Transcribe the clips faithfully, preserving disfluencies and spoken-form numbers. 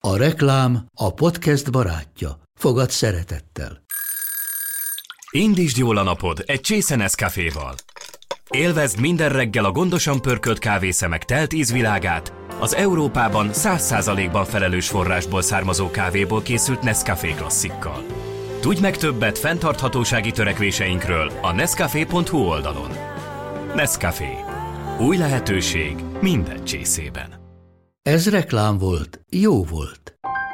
A reklám a podcast barátja. Fogad szeretettel. Indítsd jól a napod egy csésze Nescaféval. Élvezd minden reggel a gondosan pörkölt kávészemek telt ízvilágát, az Európában száz százalékban felelős forrásból származó kávéból készült Nescafé klasszikkal. Tudj meg többet fenntarthatósági törekvéseinkről a nescafé pont hu oldalon. Nescafé. Új lehetőség minden csészében. Ez reklám volt, jó volt.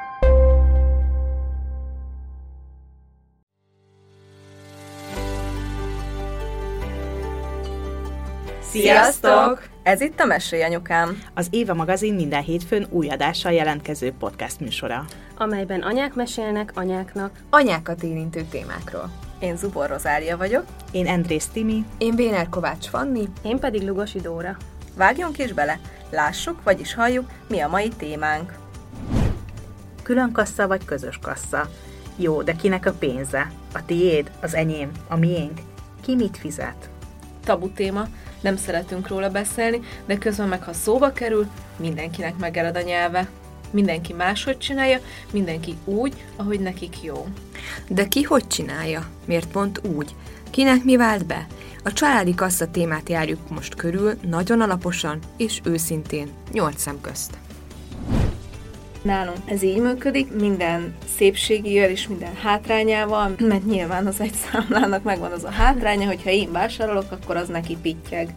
Sziasztok! Ez itt a Mesélj Anyukám. Az Éva magazin minden hétfőn új adással jelentkező podcast műsora, amelyben anyák mesélnek anyáknak anyákat érintő témákról. Én Zubor Rozália vagyok. Én Endrész Timi. Én Béner Kovács Fanni. Én pedig Lugosi Dóra. Vágjunk is bele, lássuk, vagyis halljuk, mi a mai témánk. Külön kassa vagy közös kassa? Jó, de kinek a pénze? A tiéd, az enyém, a miénk? Ki mit fizet? Tabu téma, nem szeretünk róla beszélni, de közben meg, ha szóba kerül, mindenkinek megered a nyelve. Mindenki máshogy csinálja, mindenki úgy, ahogy nekik jó. De ki hogy csinálja? Miért pont úgy? Kinek mi vált be? A családi kassa témát járjuk most körül, nagyon alaposan és őszintén, nyolc szem közt. Nálunk ez így működik, minden szépségével és minden hátrányával, mert nyilván az egy számlának megvan az a hátránya, hogyha én vásárolok, akkor az neki pittyeg.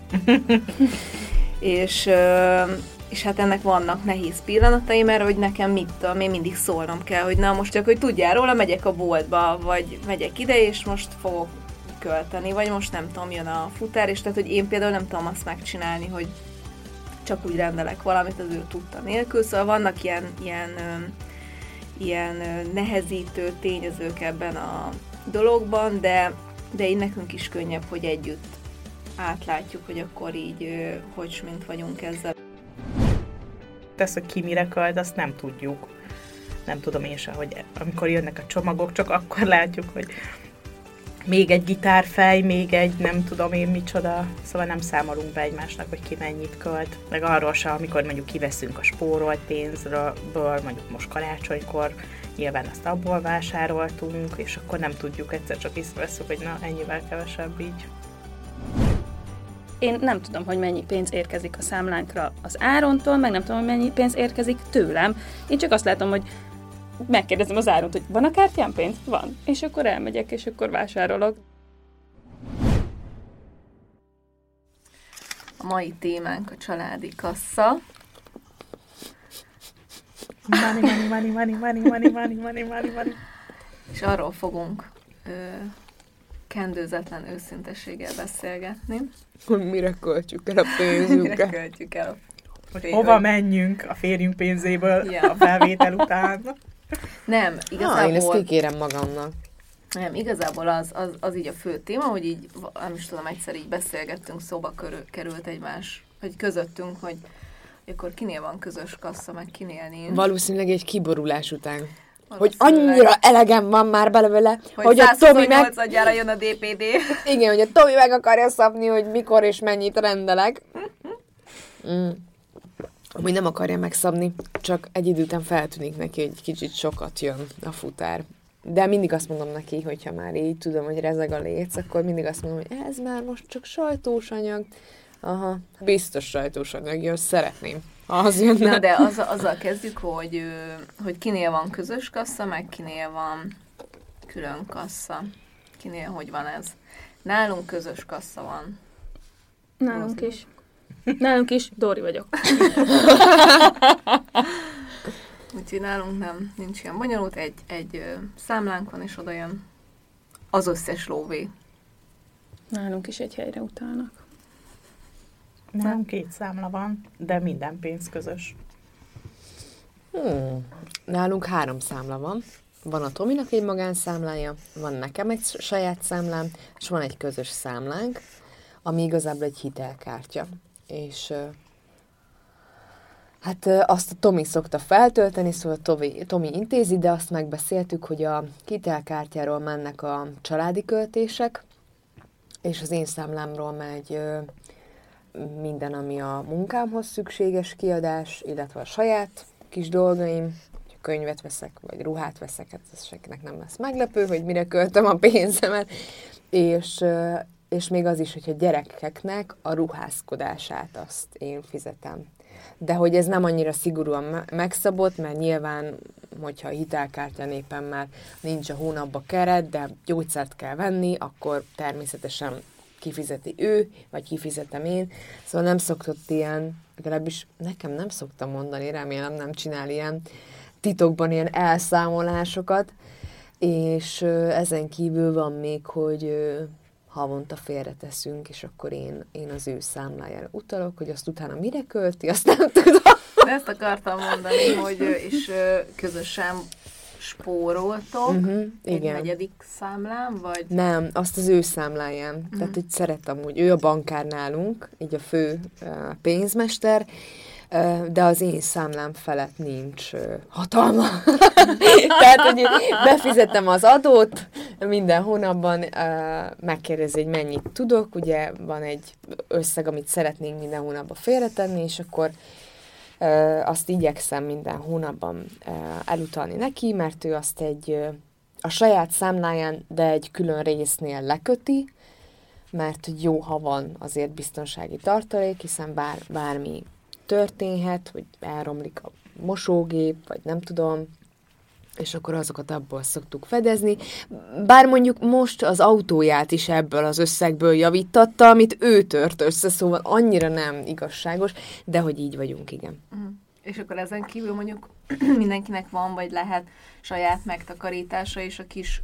és, és hát ennek vannak nehéz pillanatai, mert hogy nekem mit tudom, én mindig szólnom kell, hogy na most csak, hogy tudjál róla, megyek a boltba, vagy megyek ide, és most fogok költeni, vagy most nem tudom, jön a futár, és tehát, hogy én például nem tudom azt megcsinálni, hogy csak úgy rendelek valamit az ő tudta nélkül, szóval vannak ilyen, ilyen, ilyen nehezítő tényezők ebben a dologban, de, de így nekünk is könnyebb, hogy együtt átlátjuk, hogy akkor így hogy mint vagyunk ezzel. Tesz, hogy ki mire költ, azt nem tudjuk. Nem tudom én sem, hogy amikor jönnek a csomagok, csak akkor látjuk, hogy még egy gitárfej, még egy nem tudom én micsoda, szóval nem számolunk be egymásnak, hogy ki mennyit költ. Meg arról sem, amikor mondjuk kiveszünk a spórolt pénzből, mondjuk most karácsonykor, nyilván azt abból vásároltunk, és akkor nem tudjuk, egyszer csak észreveszünk, hogy na, ennyivel kevesebb így. Én nem tudom, hogy mennyi pénz érkezik a számlánkra az Árontól, meg nem tudom, hogy mennyi pénz érkezik tőlem. Én csak azt látom, hogy megkérdezem az Áront, hogy van a kártyán pénz? Van. És akkor elmegyek, és akkor vásárolok. A mai témánk a családi kassa. Money, money, money, money, money, money, money, money, money, money. És arról fogunk ö, kendőzetlen őszintességgel beszélgetni. Hogy mire költjük el a pénzünket? Mire költjük el a Hogy hova menjünk a férjünk pénzéből ja. a felvétel után. Nem, igazából... Ha, én ezt kikérem magamnak. Nem, igazából az, az, az így a fő téma, hogy így, nem is tudom, egyszer így beszélgettünk, szóba körül, került egymás, hogy közöttünk, hogy, hogy akkor kinél van közös kassa, meg kinél nincs. Valószínűleg egy kiborulás után. Hogy annyira elegem van már belőle, hogy, hogy a Tomi meg... százhuszonnyolcadjára jön a dé pé dé. Igen, hogy a Tomi meg akarja szabni, hogy mikor és mennyit rendelek. Mm. Amúgy nem akarja megszabni, csak egy idő után feltűnik neki, hogy kicsit sokat jön a futár. De mindig azt mondom neki, hogyha már így tudom, hogy rezeg a léc, akkor mindig azt mondom, hogy ez már most csak sajtós anyag. Aha, biztos sajtós anyag jön, szeretném. Az jönne. Na de az, azzal kezdjük, hogy, hogy kinél van közös kassa, meg kinél van külön kassa. Kinél hogy van ez? Nálunk közös kassa van. Nálunk is. Nálunk is, Dóri vagyok. Úgyhogy nálunk nem, nincs ilyen bonyolult, egy, egy ö, számlánk van, és oda jön az összes lóvé. Nálunk is egy helyre utalnak. Nálunk két számla van, de minden pénz közös. Hmm. Nálunk három számla van. Van a Tominak egy magánszámlája, van nekem egy saját számlám, és van egy közös számlánk, ami igazából egy hitelkártya. És hát azt a Tomi szokta feltölteni, szóval Tomi, Tomi intézi, de azt megbeszéltük, hogy a hitelkártyáról mennek a családi költések, és az én számlámról megy minden, ami a munkámhoz szükséges kiadás, illetve a saját kis dolgaim, könyvet veszek, vagy ruhát veszek, hát ez senkinek nem lesz meglepő, hogy mire költöm a pénzemet, és, és még az is, hogyha gyerekeknek a ruházkodását azt én fizetem. De hogy ez nem annyira szigorúan megszabott, mert nyilván, hogyha hitelkártya népen már nincs a hónapba keret, de gyógyszert kell venni, akkor természetesen kifizeti ő, vagy kifizetem én. Szóval nem szokott ilyen, legalábbis nekem nem szoktam mondani, remélem nem csinál ilyen titokban ilyen elszámolásokat, és ezen kívül van még, hogy havonta félreteszünk, és akkor én, én az ő számlájára utalok, hogy azt utána mire költi, azt nem tudom. Ezt akartam mondani, hogy és közösen spóroltok uh-huh, egy igen. negyedik számlán, vagy? Nem, azt az ő számláján. Uh-huh. Tehát, hogy szeretem úgy. Ő a bankár nálunk, így a fő uh, pénzmester, uh, de az én számlám felett nincs uh, hatalma. Tehát, hogy befizetem az adót, minden hónapban uh, megkérdezi, hogy mennyit tudok, ugye van egy összeg, amit szeretnénk minden hónapban félretenni, és akkor uh, azt igyekszem minden hónapban uh, elutalni neki, mert ő azt egy uh, a saját számláján, de egy külön résznél leköti, mert jó, ha van azért biztonsági tartalék, hiszen bár, bármi történhet, hogy elromlik a mosógép, vagy nem tudom, és akkor azokat abból szoktuk fedezni. Bár mondjuk most az autóját is ebből az összegből javítatta, amit ő tört össze, szóval annyira nem igazságos, de hogy így vagyunk, igen. Uh-huh. És akkor ezen kívül mondjuk mindenkinek van, vagy lehet saját megtakarítása és a kis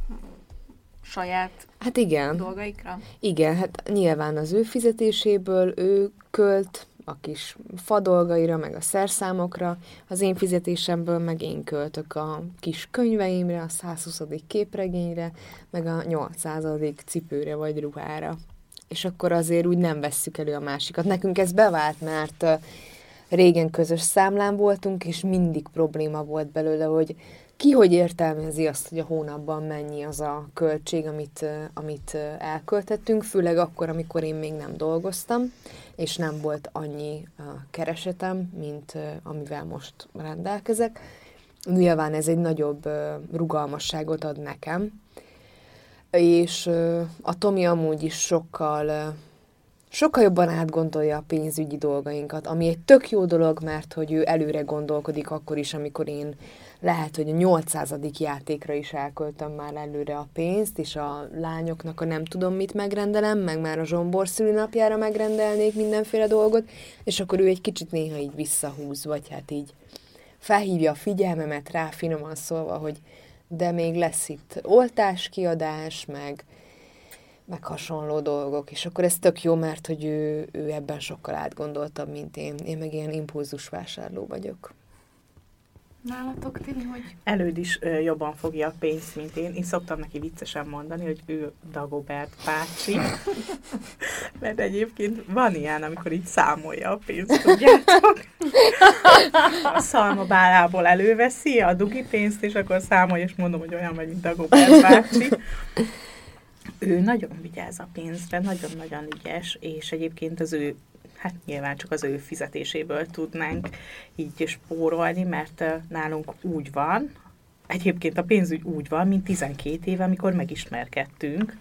saját hát igen. dolgaikra? Igen, hát nyilván az ő fizetéséből ő költ a kis fadolgaira, meg a szerszámokra, az én fizetésemből meg én költök a kis könyveimre, a százhuszadik képregényre, meg a nyolcszázadik cipőre vagy ruhára. És akkor azért úgy nem vesszük elő a másikat. Nekünk ez bevált, mert régen közös számlán voltunk, és mindig probléma volt belőle, hogy ki hogy értelmezi azt, hogy a hónapban mennyi az a költség, amit, amit elköltettünk, főleg akkor, amikor én még nem dolgoztam, és nem volt annyi keresetem, mint amivel most rendelkezek. Nyilván ez egy nagyobb rugalmasságot ad nekem, és a Tomi amúgy is sokkal, sokkal jobban átgondolja a pénzügyi dolgainkat, ami egy tök jó dolog, mert hogy ő előre gondolkodik akkor is, amikor én lehet, hogy a nyolcszázadik játékra is elköltöm már előre a pénzt, és a lányoknak a nem tudom mit megrendelem, meg már a zsombor szülinapjára megrendelnék mindenféle dolgot, és akkor ő egy kicsit néha így visszahúz, vagy hát így felhívja a figyelmemet rá, finoman szólva, hogy de még lesz itt oltáskiadás, meg, meg hasonló dolgok, és akkor ez tök jó, mert hogy ő, ő ebben sokkal átgondoltabb, mint én. Én meg ilyen impulzusvásárló vagyok. Nálatok, Tini, hogy? Előd is ö, jobban fogja a pénzt, mint én. Én szoktam neki viccesen mondani, hogy ő Dagobert bácsi. Mert egyébként van ilyen, amikor így számolja a pénzt, tudjátok? A szalmabálából előveszi a dugi pénzt, és akkor számolja, és mondom, hogy olyan vagy, mint Dagobert bácsi. Ő nagyon vigyáz a pénzre, nagyon-nagyon ügyes, és egyébként az ő hát nyilván csak az ő fizetéséből tudnánk így spórolni, mert nálunk úgy van, egyébként a pénzügy úgy van, mint tizenkét éve, amikor megismerkedtünk.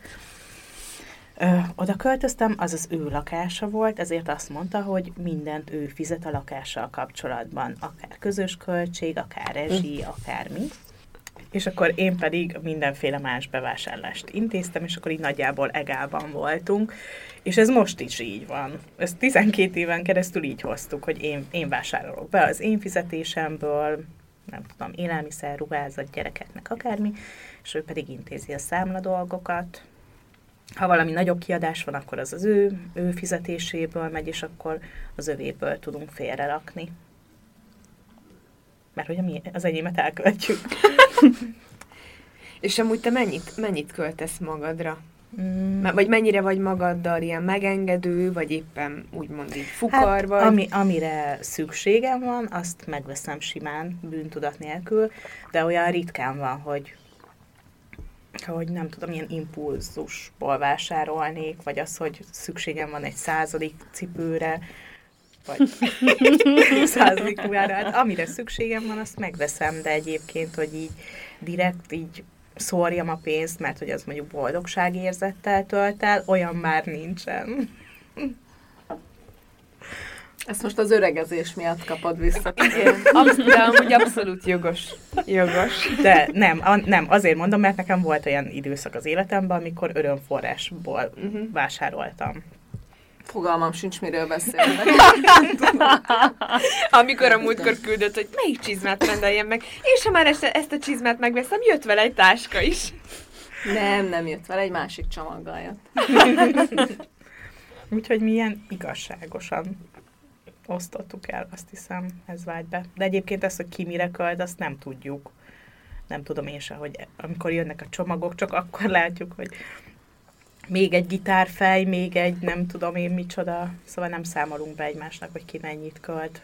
Ö, oda költöztem, az az ő lakása volt, ezért azt mondta, hogy mindent ő fizet a lakással kapcsolatban, akár közös költség, akár rezsi, akármi. És akkor én pedig mindenféle más bevásárlást intéztem, és akkor így nagyjából egálban voltunk, és ez most is így van. Ezt tizenkét éven keresztül így hoztuk, hogy én, én vásárolok be az én fizetésemből, nem tudom, élelmiszer, ruházat, gyerekeknek akármi, és ő pedig intézi a számla dolgokat. Ha valami nagyobb kiadás van, akkor az az ő, ő fizetéséből megy, és akkor az övéből tudunk félrerakni. Mert hogy a mi, az enyémet elköltjük. És amúgy te mennyit, mennyit költesz magadra? Mm. Vagy mennyire vagy magaddal ilyen megengedő, vagy éppen úgymond így fukar hát, vagy? Ami, amire szükségem van, azt megveszem simán, bűntudat nélkül, de olyan ritkán van, hogy, hogy nem tudom, ilyen impulzusból vásárolnék, vagy az, hogy szükségem van egy századik cipőre. vagy századik ruhára. Hát amire szükségem van, azt megveszem, de egyébként, hogy így direkt így szórjam a pénzt, mert hogy az mondjuk boldogságérzettel tölt el, olyan már nincsen. Ezt most az öregezés miatt kapod vissza. Igen, Absz- de amúgy abszolút jogos. Jogos. De nem, a, nem, azért mondom, mert nekem volt olyan időszak az életemben, amikor örömforrásból uh-huh. vásároltam. Fogalmam sincs, miről beszélnek. Amikor a múltkor küldött, hogy melyik csizmát rendeljem meg, és ha már ezt, ezt a csizmát megveszem, jött vele egy táska is. Nem, nem jött vele, egy másik csomaggal jött. Úgyhogy milyen igazságosan osztottuk el, azt hiszem, ez vált be. De egyébként ezt, hogy ki mire költ, azt nem tudjuk. Nem tudom én se, hogy amikor jönnek a csomagok, csak akkor látjuk, hogy még egy gitárfej, még egy nem tudom én micsoda. Szóval nem számolunk be egymásnak, hogy ki mennyit költ.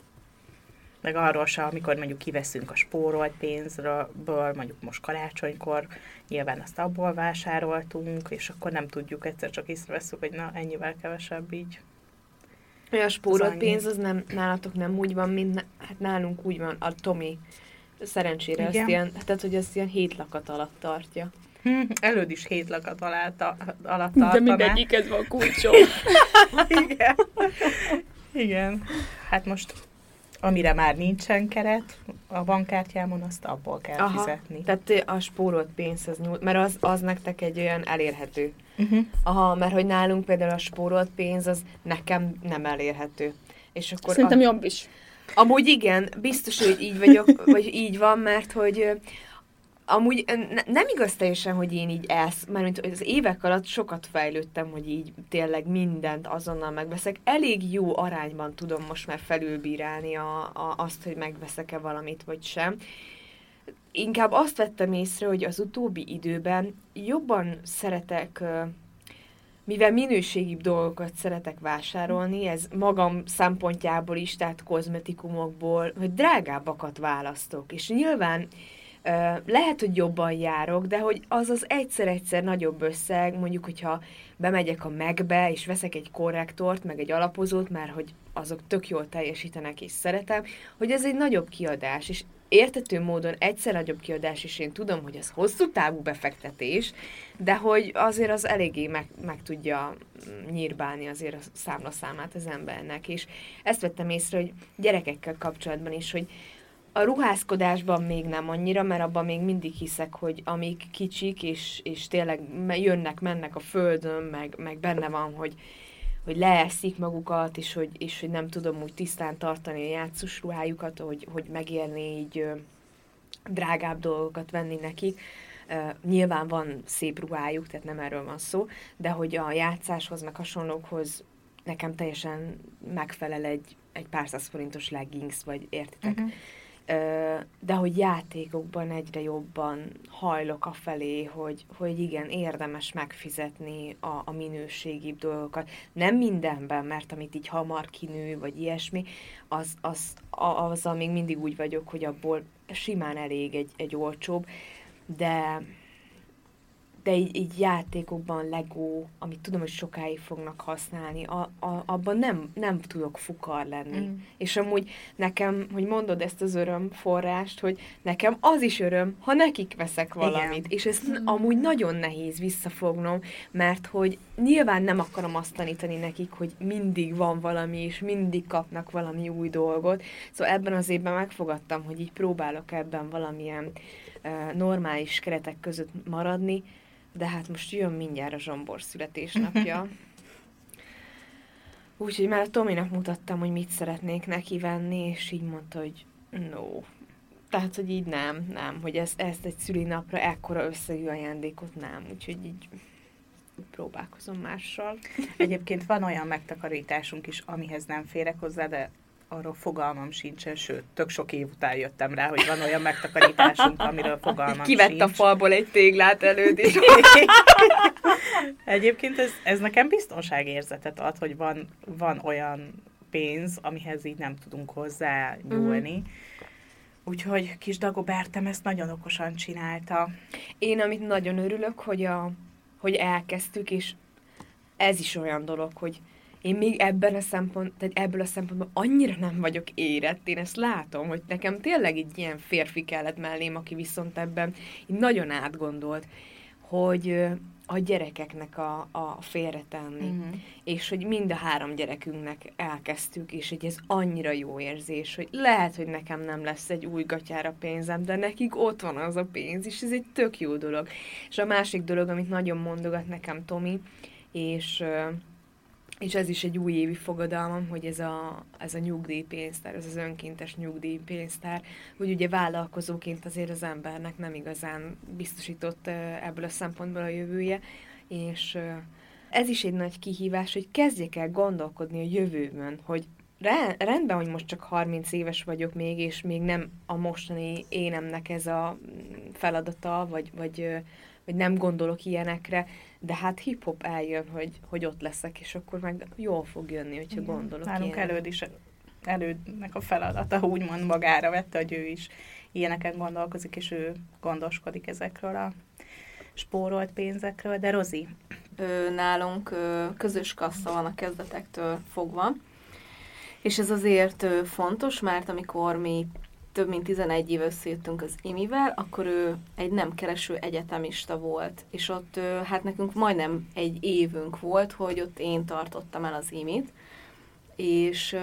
Meg arról se, amikor mondjuk kiveszünk a spórolt pénzről, mondjuk most karácsonykor, nyilván azt abból vásároltunk, és akkor nem tudjuk, egyszer csak észreveszünk, hogy na, ennyivel kevesebb így. A spórolt pénz az nem, nálatok nem úgy van, mint hát nálunk úgy van, a Tomi szerencsére azt ilyen, tehát hogy azt ilyen hét lakat alatt tartja. Hm, előd is hét lakat alatt, alatt tartaná. De mindegyikhez van kulcsom. Igen. Igen. Hát most amire már nincsen keret a bankkártyámon, azt abból kell Aha, fizetni. Tehát a spórolt pénz az nyújt, mert az, az nektek egy olyan elérhető. Uh-huh. Aha, mert hogy nálunk például a spórolt pénz az nekem nem elérhető. És akkor Szerintem a... jobb is. Amúgy igen, biztos, hogy így vagyok, vagy így van, mert hogy amúgy ne, nem igaz teljesen, hogy én így elsz, mármint az évek alatt sokat fejlődtem, hogy így tényleg mindent azonnal megveszek. Elég jó arányban tudom most már felülbírálni a, a, azt, hogy megveszek-e valamit, vagy sem. Inkább azt vettem észre, hogy az utóbbi időben jobban szeretek, mivel minőségibb dolgokat szeretek vásárolni, ez magam szempontjából is, tehát kozmetikumokból, hogy drágábbakat választok. És nyilván lehet, hogy jobban járok, de hogy az az egyszer-egyszer nagyobb összeg, mondjuk, hogyha bemegyek a Megbe, és veszek egy korrektort, meg egy alapozót, mert hogy azok tök jól teljesítenek, és szeretem, hogy ez egy nagyobb kiadás, és értető módon egyszer nagyobb kiadás, és én tudom, hogy ez hosszú távú befektetés, de hogy azért az eléggé meg, meg tudja nyírbálni azért a számlaszámát az embernek, és ezt vettem észre, hogy gyerekekkel kapcsolatban is, hogy a ruházkodásban még nem annyira, mert abban még mindig hiszek, hogy amíg kicsik, és, és tényleg jönnek, mennek a földön, meg, meg benne van, hogy, hogy leeszik magukat, és hogy, és hogy nem tudom úgy tisztán tartani a játszós ruhájukat, hogy, hogy megérni így ö, drágább dolgokat venni nekik. Uh, nyilván van szép ruhájuk, tehát nem erről van szó, de hogy a játszáshoz, meg hasonlókhoz nekem teljesen megfelel egy, egy pár száz forintos leggings, vagy értitek? Uh-huh. De hogy játékokban egyre jobban hajlok afelé, hogy, hogy igen, érdemes megfizetni a, a minőségibb dolgokat. Nem mindenben, mert amit így hamar kinő, vagy ilyesmi, az, az, azzal még mindig úgy vagyok, hogy abból simán elég egy, egy olcsóbb, de... de így, így játékokban, Lego, amit tudom, hogy sokáig fognak használni, a, a, abban nem, nem tudok fukar lenni. Mm. És amúgy nekem, hogy mondod ezt az örömforrást, hogy nekem az is öröm, ha nekik veszek valamit. Igen. És ezt mm. amúgy nagyon nehéz visszafognom, mert hogy nyilván nem akarom azt tanítani nekik, hogy mindig van valami, és mindig kapnak valami új dolgot. Szóval ebben az évben megfogadtam, hogy így próbálok ebben valamilyen uh, normális keretek között maradni, de hát most jön mindjárt a Zsombor születésnapja. Úgyhogy már a Tominak mutattam, hogy mit szeretnék neki venni, és így mondta, hogy no. Tehát, hogy így nem, nem, hogy ezt, ezt egy szülinapra ekkora összegű ajándékot nem. Úgyhogy így próbálkozom mással. Egyébként van olyan megtakarításunk is, amihez nem férek hozzá, de arról fogalmam sincsen, sőt, tök sok év után jöttem rá, hogy van olyan megtakarításunk, amiről fogalmam Kivett sincs. a falból egy téglát előd is. Egyébként ez, ez nekem biztonságérzetet ad, hogy van, van olyan pénz, amihez így nem tudunk hozzá nyúlni. Mm. Úgyhogy kis Dagobertem ezt nagyon okosan csinálta. Én, amit nagyon örülök, hogy, a, hogy elkezdtük, és ez is olyan dolog, hogy én még ebben a szempont, tehát ebből a szempontból annyira nem vagyok érett, én ezt látom, hogy nekem tényleg egy ilyen férfi kellett mellém, aki viszont ebben így nagyon átgondolt, hogy a gyerekeknek a, a félretenni, uh-huh. és hogy mind a három gyerekünknek elkezdtük, és hogy ez annyira jó érzés, hogy lehet, hogy nekem nem lesz egy új gatyára pénzem, de nekik ott van az a pénz, és ez egy tök jó dolog. És a másik dolog, amit nagyon mondogat nekem Tomi, és, és ez is egy újévi fogadalmam, hogy ez a, ez a nyugdíjpénztár, ez az önkéntes nyugdíjpénztár, hogy ugye vállalkozóként azért az embernek nem igazán biztosított ebből a szempontból a jövője, és ez is egy nagy kihívás, hogy kezdjek el gondolkodni a jövőben, hogy rendben, hogy most csak harminc éves vagyok még, és még nem a mostani énemnek ez a feladata, vagy, vagy, vagy nem gondolok ilyenekre, de hát hip-hop eljön, hogy, hogy ott leszek, és akkor meg jól fog jönni, hogyha igen, gondolok nálunk előd is, elődnek a feladata úgymond magára vette, hogy ő is ilyeneken gondolkozik, és ő gondoskodik ezekről a spórolt pénzekről. De Rozi? Ö, nálunk ö, közös kassa van a kezdetektől fogva, és ez azért ö, fontos, mert amikor mi több mint tizenegy év összejöttünk az Imivel, akkor ő egy nem kereső egyetemista volt, és ott hát nekünk majdnem egy évünk volt, hogy ott én tartottam el az Imit, és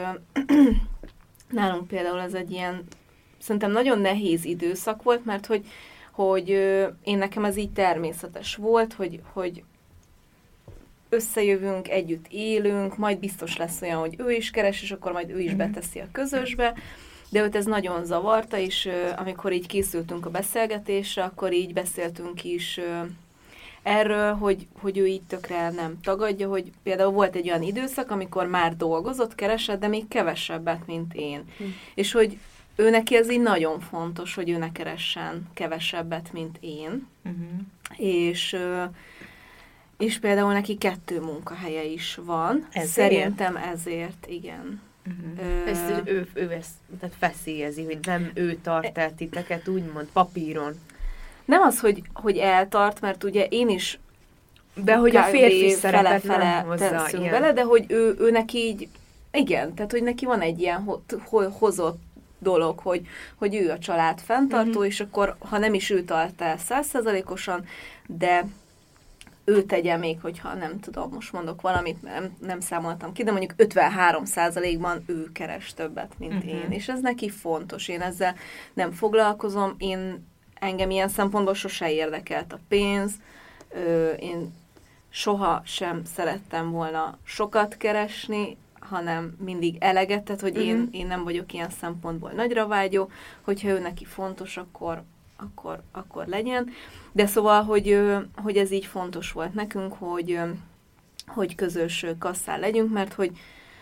nálunk például ez egy ilyen, szerintem nagyon nehéz időszak volt, mert hogy, hogy én nekem ez így természetes volt, hogy, hogy összejövünk, együtt élünk, majd biztos lesz olyan, hogy ő is keres, és akkor majd ő is beteszi a közösbe, de őt ez nagyon zavarta, és uh, amikor így készültünk a beszélgetésre, akkor így beszéltünk is uh, erről, hogy, hogy ő így tökre nem tagadja, hogy például volt egy olyan időszak, amikor már dolgozott, keresett, de még kevesebbet, mint én. Hm. És hogy ő neki ez így nagyon fontos, hogy ő ne keressen kevesebbet, mint én. Uh-huh. És, uh, és például neki kettő munkahelye is van. Ezért? Szerintem ezért, igen. Uh-huh. Ezt, ő, ő, ő ezt tehát feszélyezi, hogy nem ő tart el titeket, úgymond papíron. Nem az, hogy, hogy eltart, mert ugye én is de hogy a férfi szerepet fele teszünk bele, de hogy ő, ő neki így, igen, tehát hogy neki van egy ilyen ho, ho, hozott dolog, hogy, hogy ő a család fenntartó, uh-huh. és akkor, ha nem is ő tart el száz százalékosan, de ő tegye még, hogyha nem tudom, most mondok valamit, nem, nem számoltam ki, de mondjuk ötvenhárom százalékban ő keres többet, mint uh-huh. én. És ez neki fontos. Én ezzel nem foglalkozom. Én, engem ilyen szempontból sose érdekelt a pénz. Ö, én soha sem szerettem volna sokat keresni, hanem mindig eleget, tehát hogy uh-huh. én, én nem vagyok ilyen szempontból nagyra vágyó. Hogyha ő neki fontos, akkor Akkor, akkor legyen. De szóval, hogy, hogy ez így fontos volt nekünk, hogy, hogy közös kasszán legyünk, mert hogy,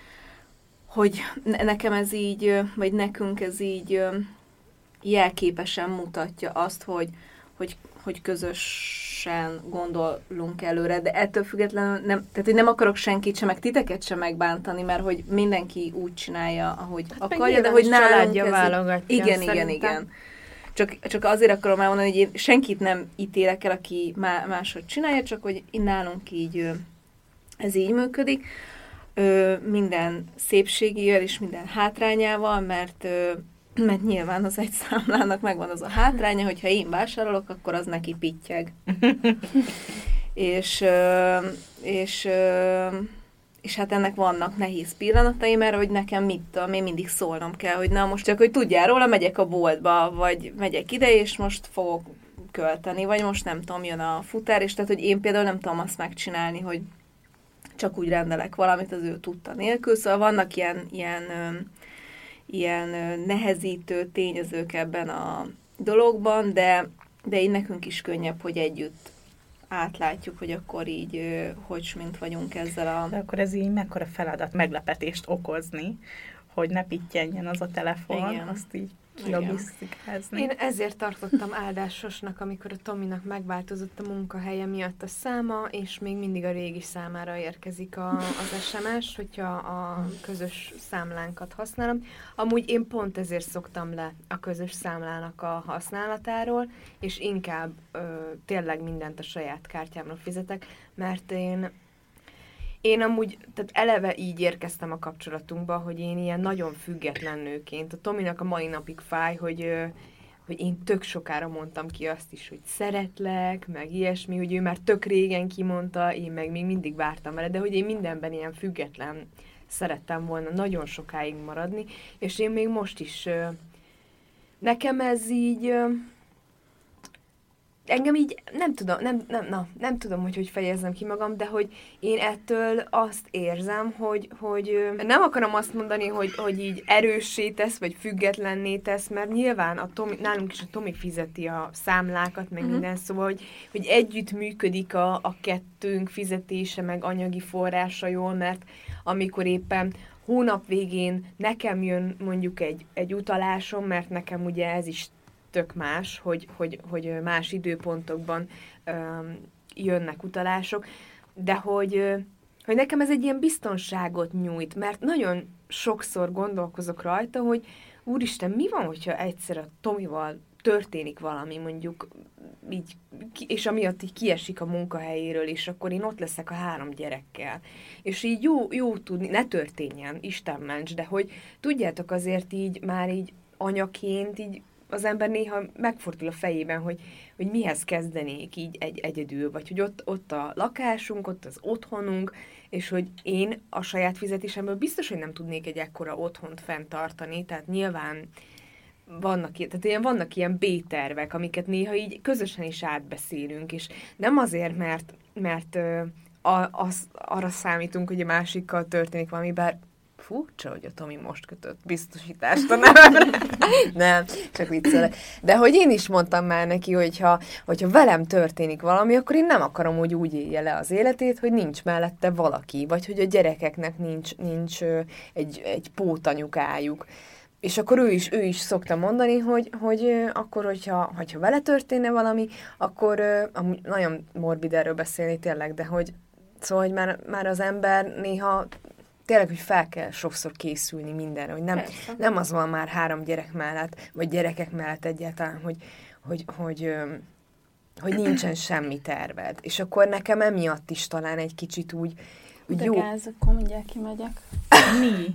hogy nekem ez így, vagy nekünk ez így jelképesen mutatja azt, hogy, hogy, hogy közösen gondolunk előre, de ettől függetlenül nem, tehát hogy nem akarok senkit sem, meg titeket sem megbántani, mert hogy mindenki úgy csinálja, ahogy hát akarja, de hogy nálunk ez... válogatja. Igen, szerintem. igen, igen. Csak, csak azért akarom elmondani, hogy én senkit nem ítélek el, aki má, máshogy csinálja, csak hogy nálunk így ez így működik. Minden szépségével és minden hátrányával, mert, mert nyilván az egy számlának megvan az a hátránya, hogyha én vásárolok, akkor az neki pittyeg. és, és, és hát ennek vannak nehéz pillanatai, mert hogy nekem mit tudom, én mindig szólnom kell, hogy na most csak, hogy tudjál róla, megyek a boltba, vagy megyek ide, és most fogok költeni, vagy most nem tudom, jön a futár, és tehát, hogy én például nem tudom azt megcsinálni, hogy csak úgy rendelek valamit az ő tudta nélkül, szóval vannak ilyen, ilyen, ilyen nehezítő tényezők ebben a dologban, de, de így nekünk is könnyebb, hogy együtt átlátjuk, hogy akkor így hogy mint vagyunk ezzel a... De akkor ez így mekkora feladat meglepetést okozni, hogy ne pittyenjen az a telefon, igen. azt így kilogisztikázni. Én ezért tartottam áldásosnak, amikor a Tominak megváltozott a munkahelye miatt a száma, és még mindig a régi számára érkezik a, az es em es, hogyha a közös számlánkat használom. Amúgy én pont ezért szoktam le a közös számlának a használatáról, és inkább ö, tényleg mindent a saját kártyámra fizetek, mert én Én amúgy, tehát eleve így érkeztem a kapcsolatunkba, hogy én ilyen nagyon független nőként. A Tominak a mai napig fáj, hogy, hogy én tök sokára mondtam ki azt is, hogy szeretlek, meg ilyesmi, hogy ő már tök régen kimondta, én meg még mindig vártam vele, de hogy én mindenben ilyen független szerettem volna nagyon sokáig maradni, és én még most is, nekem ez így... Engem így nem tudom, nem, nem, na, nem tudom, hogy hogy fejezzem ki magam, de hogy én ettől azt érzem, hogy, hogy nem akarom azt mondani, hogy, hogy így erőssé tesz, vagy függetlenné tesz, mert nyilván a Tomi, nálunk is a Tomi fizeti a számlákat, meg uh-huh. minden, szóval, hogy, hogy együtt működik a, a kettőnk fizetése, meg anyagi forrása jól, mert amikor éppen hónap végén nekem jön mondjuk egy, egy utalásom, mert nekem ugye ez is tök más, hogy, hogy, hogy más időpontokban öm, jönnek utalások, de hogy, hogy nekem ez egy ilyen biztonságot nyújt, mert nagyon sokszor gondolkozok rajta, hogy úristen, mi van, hogyha egyszer a Tomival történik valami, mondjuk így, és amiatt így kiesik a munkahelyéről, és akkor én ott leszek a három gyerekkel. És így jó, jó tudni, ne történjen, Isten ments, de hogy tudjátok azért így, már így anyaként így az ember néha megfordul a fejében, hogy, hogy mihez kezdenék így egy, egyedül, vagy hogy ott, ott a lakásunk, ott az otthonunk, és hogy én a saját fizetésemből biztos, hogy nem tudnék egy ekkora otthont fenntartani, tehát nyilván vannak, tehát ilyen, vannak ilyen B-tervek, amiket néha így közösen is átbeszélünk, és nem azért, mert, mert ö, a, az, arra számítunk, hogy a másikkal történik valami, bár furcsa, hogy a Tomi most kötött biztosítást a nevemre. Nem, csak viccelek. De hogy én is mondtam már neki, hogyha, hogyha velem történik valami, akkor én nem akarom, hogy úgy élje le az életét, hogy nincs mellette valaki, vagy hogy a gyerekeknek nincs, nincs egy, egy pótanyukájuk. És akkor ő is, ő is szokta mondani, hogy, hogy akkor, hogyha, hogyha vele történne valami, akkor amúgy nagyon morbid erről beszélni tényleg, de hogy szóval, hogy már, már az ember néha tényleg, hogy fel kell sokszor készülni mindenre, hogy nem, nem az van már három gyerek mellett, vagy gyerekek mellett egyáltalán, hogy, hogy, hogy, hogy nincsen semmi terved. És akkor nekem emiatt is talán egy kicsit úgy, úgy de jó... gáz, akkor mindjárt kimegyek. Mi?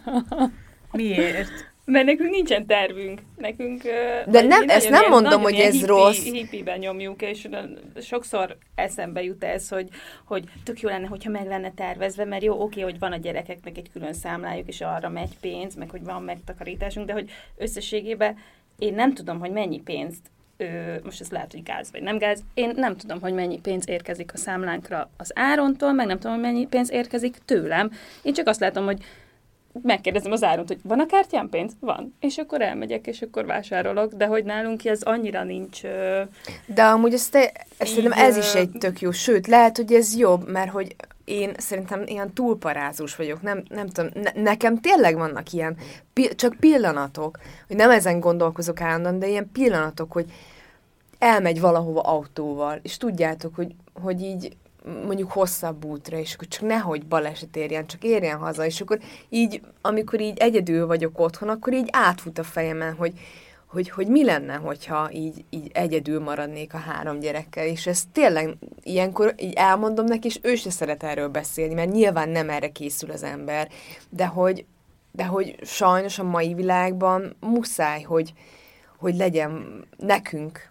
Miért? Mert nekünk nincsen tervünk. Nekünk, de nem, ezt nem mondom, hogy ez hippi, rossz. Hippiben nyomjuk, és sokszor eszembe jut ez, hogy, hogy tök jó lenne, hogyha meg lenne tervezve, mert jó, oké, hogy van a gyerekeknek egy külön számlájuk, és arra megy pénz, meg hogy van megtakarításunk, de hogy összességében én nem tudom, hogy mennyi pénzt, most ez lehet, hogy gáz vagy nem gáz, én nem tudom, hogy mennyi pénz érkezik a számlánkra az Árontól, meg nem tudom, hogy mennyi pénz érkezik tőlem. Én csak azt látom, hogy megkérdezem az Áront, hogy van a kártyán pénz? Van. És akkor elmegyek, és akkor vásárolok, de hogy nálunk ez annyira nincs... Uh, de amúgy ezt, te, ezt szerintem ez is egy tök jó. Sőt, lehet, hogy ez jobb, mert hogy én szerintem ilyen túlparázós vagyok. Nem, nem tudom, ne, nekem tényleg vannak ilyen, pi, csak pillanatok, hogy nem ezen gondolkozok állandóan, de ilyen pillanatok, hogy elmegy valahova autóval, és tudjátok, hogy, hogy így mondjuk hosszabb útra, és akkor csak nehogy baleset érjen, csak érjen haza, és akkor így, amikor így egyedül vagyok otthon, akkor így átfut a fejemen, hogy, hogy, hogy mi lenne, hogyha így, így egyedül maradnék a három gyerekkel, és ezt tényleg ilyenkor így elmondom neki, és ő se szeret erről beszélni, mert nyilván nem erre készül az ember, de hogy, de hogy sajnos a mai világban muszáj, hogy, hogy legyen nekünk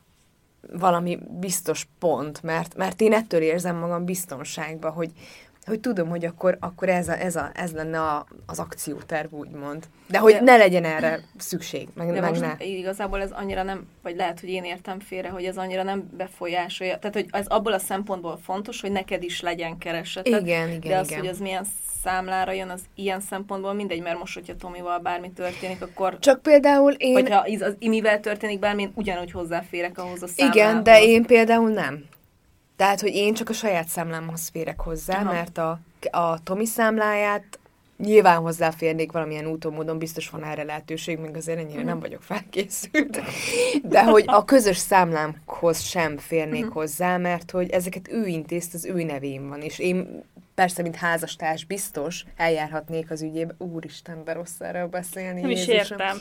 valami biztos pont, mert, mert én ettől érzem magam biztonságban, hogy, hogy tudom, hogy akkor, akkor ez, a, ez, a, ez lenne a, az akcióterv, úgymond. De hogy de, ne legyen erre szükség, meg, de meg most ne. Igazából ez annyira nem, vagy lehet, hogy én értem félre, hogy ez annyira nem befolyásolja. Tehát, hogy ez abból a szempontból fontos, hogy neked is legyen kereseted. Igen, igen, de az, igen. hogy az milyen számlára jön, az ilyen szempontból mindegy, mert most, hogyha Tomival bármi történik, akkor... Csak például én... Hogyha az, az imivel történik bármi, én ugyanúgy hozzáférek ahhoz a számlához. Igen, de én például nem. Tehát, hogy én csak a saját számlámhoz férek hozzá, aha, mert a, a Tomi számláját nyilván hozzáférnék valamilyen úton, módon, biztos van erre lehetőség, még azért ennyire nem vagyok felkészült. De hogy a közös számlámhoz sem férnék uh-huh. hozzá, mert hogy ezeket ő intézt, az ő nevén van, és én persze, mint házastárs biztos eljárhatnék az ügyébe. Úristen, de rossz erről beszélni. Nem is értem.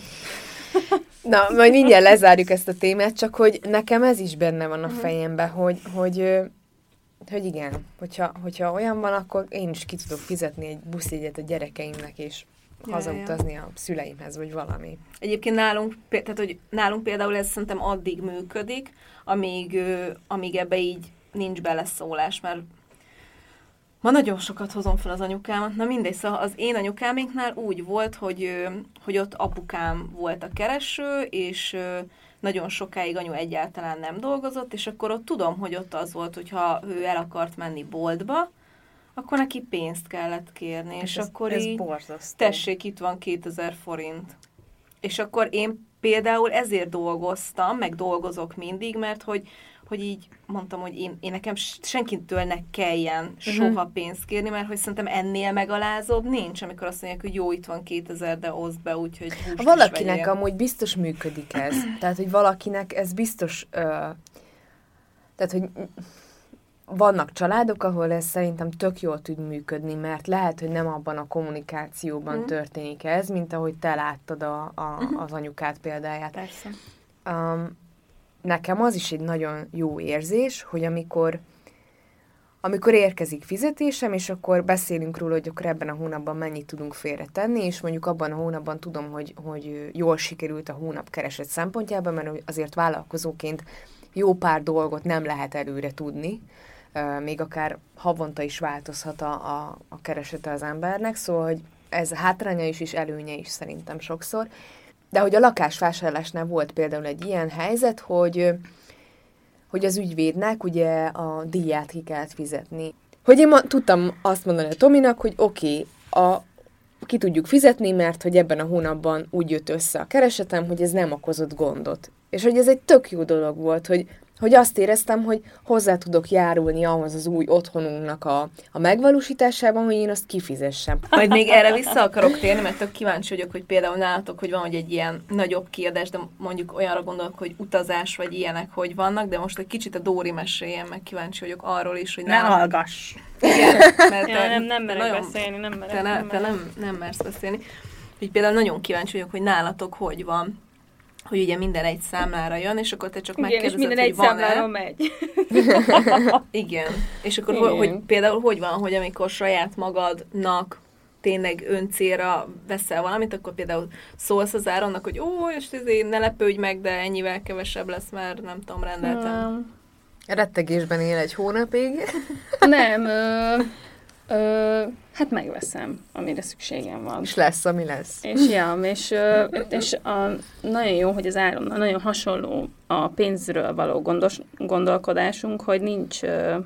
Na, majd mindjárt lezárjuk ezt a témát, csak hogy nekem ez is benne van a fejemben, hogy, hogy, hogy igen, hogyha, hogyha olyan van, akkor én is ki tudok fizetni egy buszjegyet a gyerekeimnek, és Ja, hazautazni a szüleimhez, vagy valami. Egyébként nálunk, pé- tehát, hogy nálunk például ez szerintem addig működik, amíg, ö, amíg ebbe így nincs beleszólás, mert ma nagyon sokat hozom fel az anyukámat. Na mindegy, szóval az én anyukáméknál úgy volt, hogy, ö, hogy ott apukám volt a kereső, és ö, nagyon sokáig anyu egyáltalán nem dolgozott, és akkor ott tudom, hogy ott az volt, hogyha ő el akart menni boltba, akkor neki pénzt kellett kérni, és, és ez, akkor ez így, borzasztó. tessék, itt van kétezer forint. És akkor én például ezért dolgoztam, meg dolgozok mindig, mert hogy, hogy így mondtam, hogy én, én nekem senkitől ne kelljen soha uh-huh. pénzt kérni, mert hogy szerintem ennél megalázóbb nincs, amikor azt mondják, hogy jó, itt van kétezer, de oszd be, úgyhogy húst valakinek amúgy biztos működik ez. Tehát, hogy valakinek ez biztos... Uh, tehát, hogy... Vannak családok, ahol ez szerintem tök jól tud működni, mert lehet, hogy nem abban a kommunikációban mm. történik ez, mint ahogy te láttad a, a, mm. az anyukád példáját. Persze. Um, nekem az is egy nagyon jó érzés, hogy amikor, amikor érkezik fizetésem, és akkor beszélünk róla, hogy akkor ebben a hónapban mennyit tudunk félretenni, és mondjuk abban a hónapban tudom, hogy, hogy jól sikerült a hónap kereset szempontjában, mert azért vállalkozóként jó pár dolgot nem lehet előre tudni, még akár havonta is változhat a, a, a keresete az embernek, szóval hogy ez hátránya is, és előnye is szerintem sokszor. De hogy a lakásvásárlásnál volt például egy ilyen helyzet, hogy, hogy az ügyvédnek ugye a díját ki kellett fizetni. Hogy én ma, tudtam azt mondani a Tominak, hogy oké, okay, a ki tudjuk fizetni, mert hogy ebben a hónapban úgy jött össze a keresetem, hogy ez nem okozott gondot. És hogy ez egy tök jó dolog volt, hogy, hogy azt éreztem, hogy hozzá tudok járulni ahhoz az új otthonunknak a, a megvalósításában, hogy én azt kifizessem. Majd még erre vissza akarok térni, mert tök kíváncsi vagyok, hogy például nálatok, hogy van, hogy egy ilyen nagyobb kiadás, de mondjuk olyanra gondolok, hogy utazás vagy ilyenek, hogy vannak, de most egy kicsit a Dóri meséljen, meg kíváncsi vagyok arról is, hogy ne nálam... hallgass! Igen, mert ja, te, nem, nem merek nagyon, beszélni, nem merek. Te, ne, nem, te nem, nem mersz beszélni. Úgy például nagyon kíváncsi vagyok, hogy nálatok hogy van, hogy ugye minden egy számlára jön, és akkor te csak igen, megkérdezed, és minden hogy egy van-e. számlára megy. Igen. És akkor Igen. Hogy, hogy például hogy van, hogy amikor saját magadnak tényleg öncélra veszel valamit, akkor például szólsz az áronnak, hogy ó, és ezért ne lepődj meg, de ennyivel kevesebb lesz, mert nem tudom, rendeltem. Um, Rettegésben él egy hónapig. nem, ö, ö, hát megveszem, amire szükségem van. És lesz, ami lesz. És ja, és, ö, és a, nagyon jó, hogy az Áronnal nagyon hasonló a pénzről való gondos, gondolkodásunk, hogy nincs... Ö,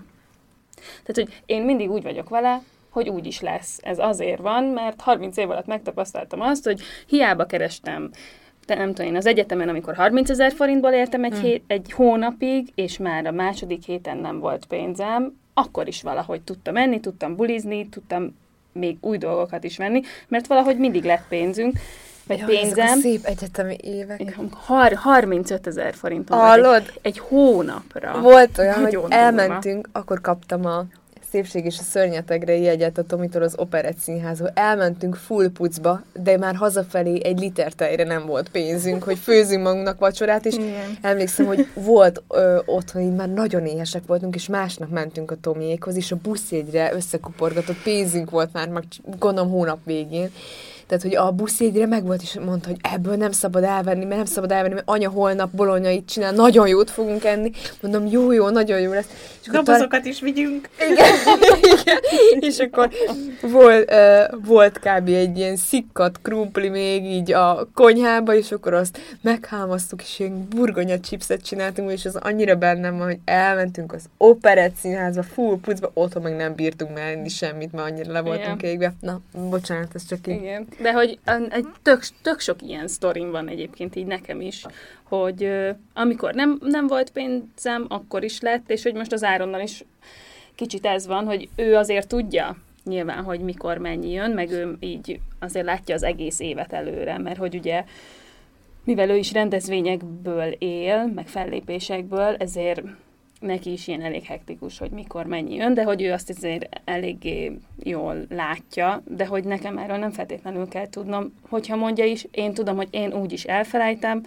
tehát, hogy én mindig úgy vagyok vele, hogy úgy is lesz. Ez azért van, mert harminc év alatt megtapasztaltam azt, hogy hiába kerestem, de nem tudom én, az egyetemen, amikor harmincezer forintból értem egy, hmm. hét, egy hónapig, és már a második héten nem volt pénzem, akkor is valahogy tudtam menni, tudtam bulizni, tudtam még új dolgokat is venni, mert valahogy mindig lett pénzünk, vagy ja, pénzem. Ezek a szép egyetemi évek. Har- harmincötezer forintom Hallod? egy, egy hónapra. Volt olyan, nagyon hogy durva. elmentünk, akkor kaptam a Szépség és a szörnyetegre jegyet a Tomitól az Operett Színházba. Elmentünk full pucba, de már hazafelé egy liter tejre nem volt pénzünk, hogy főzünk magunknak vacsorát, és igen. Emlékszem, hogy volt ö, otthon, így már nagyon éhesek voltunk, és másnap mentünk a Tomiékhoz, és a buszjegyre összekuporgatott pénzünk volt már, meg gondolom hónap végén. Tehát, hogy a buszjegyre meg volt, és mondta, hogy ebből nem szabad elvenni, mert nem szabad elvenni, mert anya holnap bolonyait csinál, nagyon jót fogunk enni. Mondom, jó, jó, nagyon jó lesz. És dobozokat tar- is vigyünk. Igen, igen. És akkor volt, uh, volt kb. Egy ilyen szikkat krumpli még így a konyhába, és akkor azt meghámoztuk, és ilyen burgonya chipset csináltunk, és az annyira bennem van, hogy elmentünk az Operett Színházba, full pucba, otthon meg nem bírtunk már enni semmit, mert annyira le voltunk égve. Na, bocsánat, ez csak így. Igen. De hogy egy tök, tök sok ilyen sztorim van egyébként így nekem is, hogy uh, amikor nem, nem volt pénzem, akkor is lett, és hogy most az Áronnal is kicsit ez van, hogy ő azért tudja nyilván, hogy mikor mennyi jön, meg ő így azért látja az egész évet előre, mert hogy ugye mivel ő is rendezvényekből él, meg fellépésekből, ezért neki is ilyen elég hektikus, hogy mikor mennyi jön, de hogy ő azt azért eléggé jól látja, de hogy nekem erről nem feltétlenül kell tudnom, hogyha mondja is, én tudom, hogy én úgy is elfelejtem,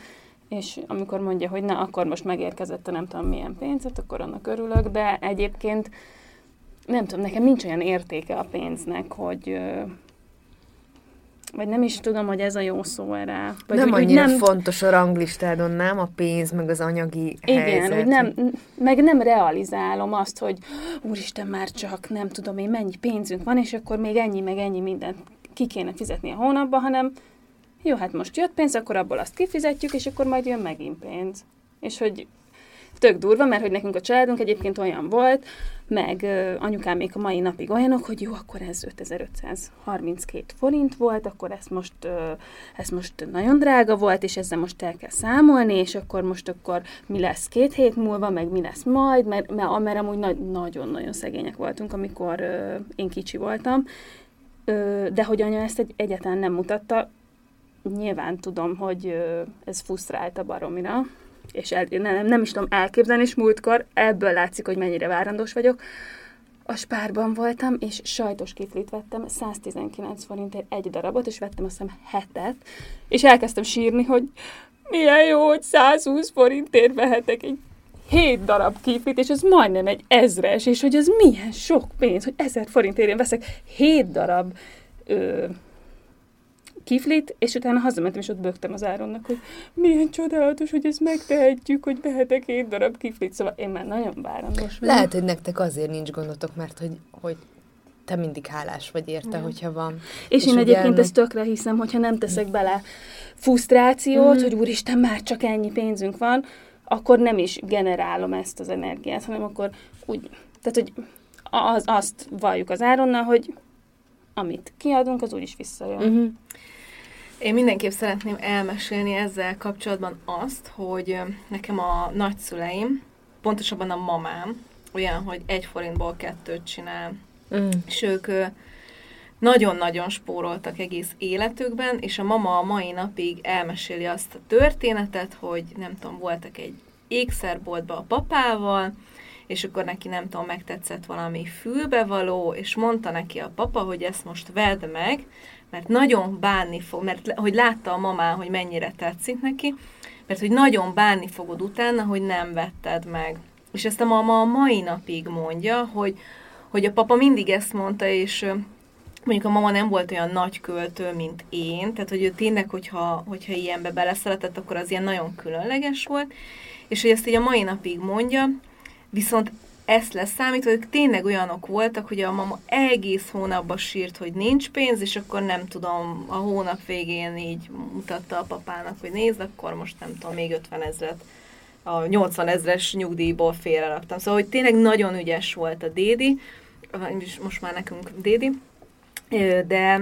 és amikor mondja, hogy na, akkor most megérkezett a nem tudom milyen pénzet, akkor annak örülök, de egyébként nem tudom, nekem nincs olyan értéke a pénznek, hogy vagy nem is tudom, hogy ez a jó szó erre. Vagy nem úgy, annyira nem, fontos a ranglistádon, nem? A pénz, meg az anyagi igen, helyzet. hogy nem, meg nem realizálom azt, hogy úristen, már csak nem tudom én mennyi pénzünk van, és akkor még ennyi, meg ennyi mindent ki kéne fizetni a hónapba, hanem jó, hát most jött pénz, akkor abból azt kifizetjük, és akkor majd jön megint pénz. És hogy tök durva, mert hogy nekünk a családunk egyébként olyan volt, meg uh, anyukám még a mai napig olyanok, hogy jó, akkor ez ötezer-ötszázharminckét forint volt, akkor ez most, uh, ez most nagyon drága volt, és ezzel most el kell számolni, és akkor most akkor mi lesz két hét múlva, meg mi lesz majd, mert, mert, mert amúgy na- nagyon-nagyon szegények voltunk, amikor uh, én kicsi voltam, uh, de hogy anya ezt egy, egyáltalán nem mutatta. Nyilván tudom, hogy uh, ez frusztrálta baromira, és el, nem, nem is tudom elképzelni, és múltkor ebből látszik, hogy mennyire várandós vagyok. A Spárban voltam, és sajtos kiflit vettem, száztizenkilenc forintért egy darabot, és vettem azt hiszem hetet, és elkezdtem sírni, hogy milyen jó, hogy százhúsz forintért vehetek egy hét darab kiflit, és ez majdnem egy ezres, és hogy ez milyen sok pénz, hogy ezer forintért én veszek hét darab ö, kiflit, és utána hazamentem, és ott bögtem az Áronnak, hogy milyen csodálatos, hogy ezt megtehetjük, hogy vehetek hét darab kiflit. Szóval én már nagyon várandós vagyok. Lehet, hogy nektek azért nincs gondotok, mert hogy, hogy te mindig hálás vagy érte, ja. hogyha van. És, és én egyébként ennek... ezt tökre hiszem, hogyha nem teszek bele frusztrációt, mm. hogy úristen, már csak ennyi pénzünk van, akkor nem is generálom ezt az energiát, hanem akkor úgy, tehát, hogy az, azt valljuk az Áronnal, hogy amit kiadunk, az úgyis visszajön. Mm-hmm. Én mindenképp szeretném elmesélni ezzel kapcsolatban azt, hogy nekem a nagyszüleim, pontosabban a mamám, olyan, hogy egy forintból kettőt csinál. Mm. És ők nagyon-nagyon spóroltak egész életükben, és a mama a mai napig elmeséli azt a történetet, hogy nem tudom, voltak egy ékszerboltba a papával, és akkor neki nem tudom, megtetszett valami fülbevaló, és mondta neki a papa, hogy ezt most vedd meg, mert nagyon bánni fog, mert hogy látta a mamán, hogy mennyire tetszik neki, mert hogy nagyon bánni fogod utána, hogy nem vetted meg. És ezt a mama a mai napig mondja, hogy, hogy a papa mindig ezt mondta, és mondjuk a mama nem volt olyan nagy költő, mint én, tehát hogy ő tényleg, hogyha, hogyha ilyenbe beleszeretett, akkor az ilyen nagyon különleges volt, és hogy ezt így a mai napig mondja, viszont ezt leszámítva, ők tényleg olyanok voltak, hogy a mama egész hónapban sírt, hogy nincs pénz, és akkor nem tudom, a hónap végén így mutatta a papának, hogy nézd, akkor most nem tudom, még ötven ezret, a nyolcvan ezres nyugdíjból félreraktam. Szóval, hogy tényleg nagyon ügyes volt a dédi, most már nekünk dédi, de,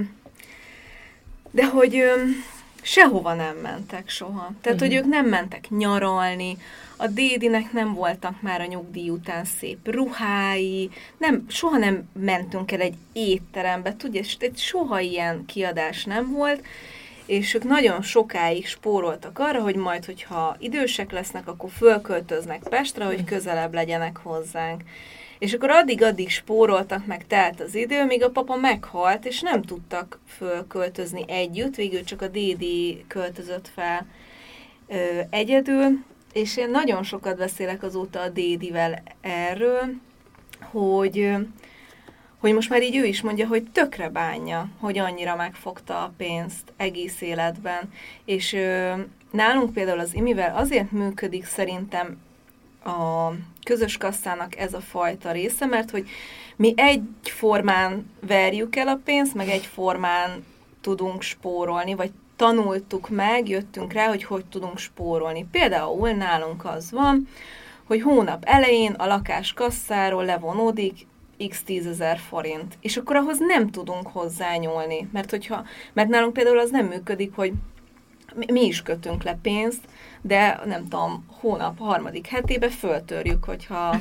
de hogy sehova nem mentek soha. Tehát, uh-huh. hogy ők nem mentek nyaralni, a dédinek nem voltak már a nyugdíj után szép ruhái, nem, soha nem mentünk el egy étterembe, tudja, és soha ilyen kiadás nem volt, és ők nagyon sokáig spóroltak arra, hogy majd, hogyha idősek lesznek, akkor fölköltöznek Pestre, hogy közelebb legyenek hozzánk. És akkor addig-addig spóroltak, meg telt az idő, míg a papa meghalt, és nem tudtak fölköltözni együtt, végül csak a dédi költözött fel ö, egyedül, és én nagyon sokat beszélek azóta a dédivel erről, hogy, hogy most már így ő is mondja, hogy tökre bánja, hogy annyira megfogta a pénzt egész életben. És ö, nálunk például az Imivel azért működik szerintem a közös kasszának ez a fajta része, mert hogy mi egyformán verjük el a pénzt, meg egyformán tudunk spórolni, vagy tanultuk meg, jöttünk rá, hogy hogy tudunk spórolni. Például nálunk az van, hogy hónap elején a lakás kasszáról levonódik x tízezer forint, és akkor ahhoz nem tudunk hozzányúlni, mert, hogyha, mert nálunk például az nem működik, hogy mi is kötünk le pénzt, de nem tudom, hónap harmadik hetébe föltörjük, hogyha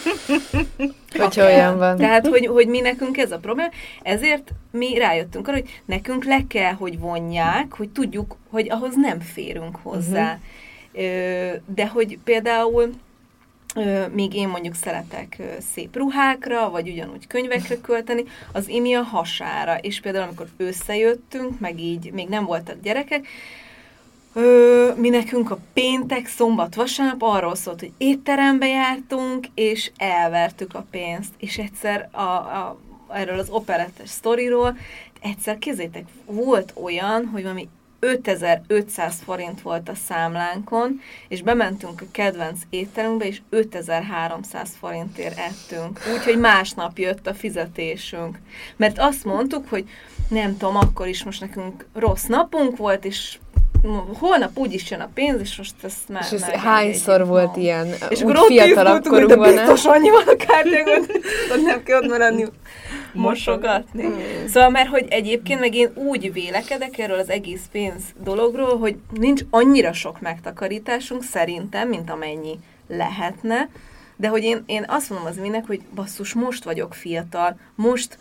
hogyha olyan van. Tehát, hogy, hogy mi nekünk ez a probléma, ezért mi rájöttünk arra, hogy nekünk le kell, hogy vonják, hogy tudjuk, hogy ahhoz nem férünk hozzá. Uh-huh. De hogy például míg én mondjuk szeretek szép ruhákra, vagy ugyanúgy könyvekre költeni, az Imi a hasára. És például amikor összejöttünk, meg így még nem voltak gyerekek, Ö, mi nekünk a péntek, szombat, vasárnap arról szólt, hogy étterembe jártunk, és elvertük a pénzt. És egyszer a, a, erről az operettes sztoriról, egyszer kézzétek, volt olyan, hogy valami ötezer-ötszáz forint volt a számlánkon, és bementünk a kedvenc étterünkbe, és ötezer-háromszáz forintért ettünk. Úgyhogy másnap jött a fizetésünk. Mert azt mondtuk, hogy nem tudom, akkor is most nekünk rossz napunk volt, és holnap úgyis jön a pénz, és most ezt már... És ez hányszor volt van. ilyen, és úgy fiatalabb korunkban, nem? Biztos annyi van a kártyákon, hogy nem kell ott maradni mosogatni. Mm. Szóval, mert hogy egyébként meg én úgy vélekedek erről az egész pénz dologról, hogy nincs annyira sok megtakarításunk szerintem, mint amennyi lehetne, de hogy én, én azt mondom az minek, hogy basszus, most vagyok fiatal, most,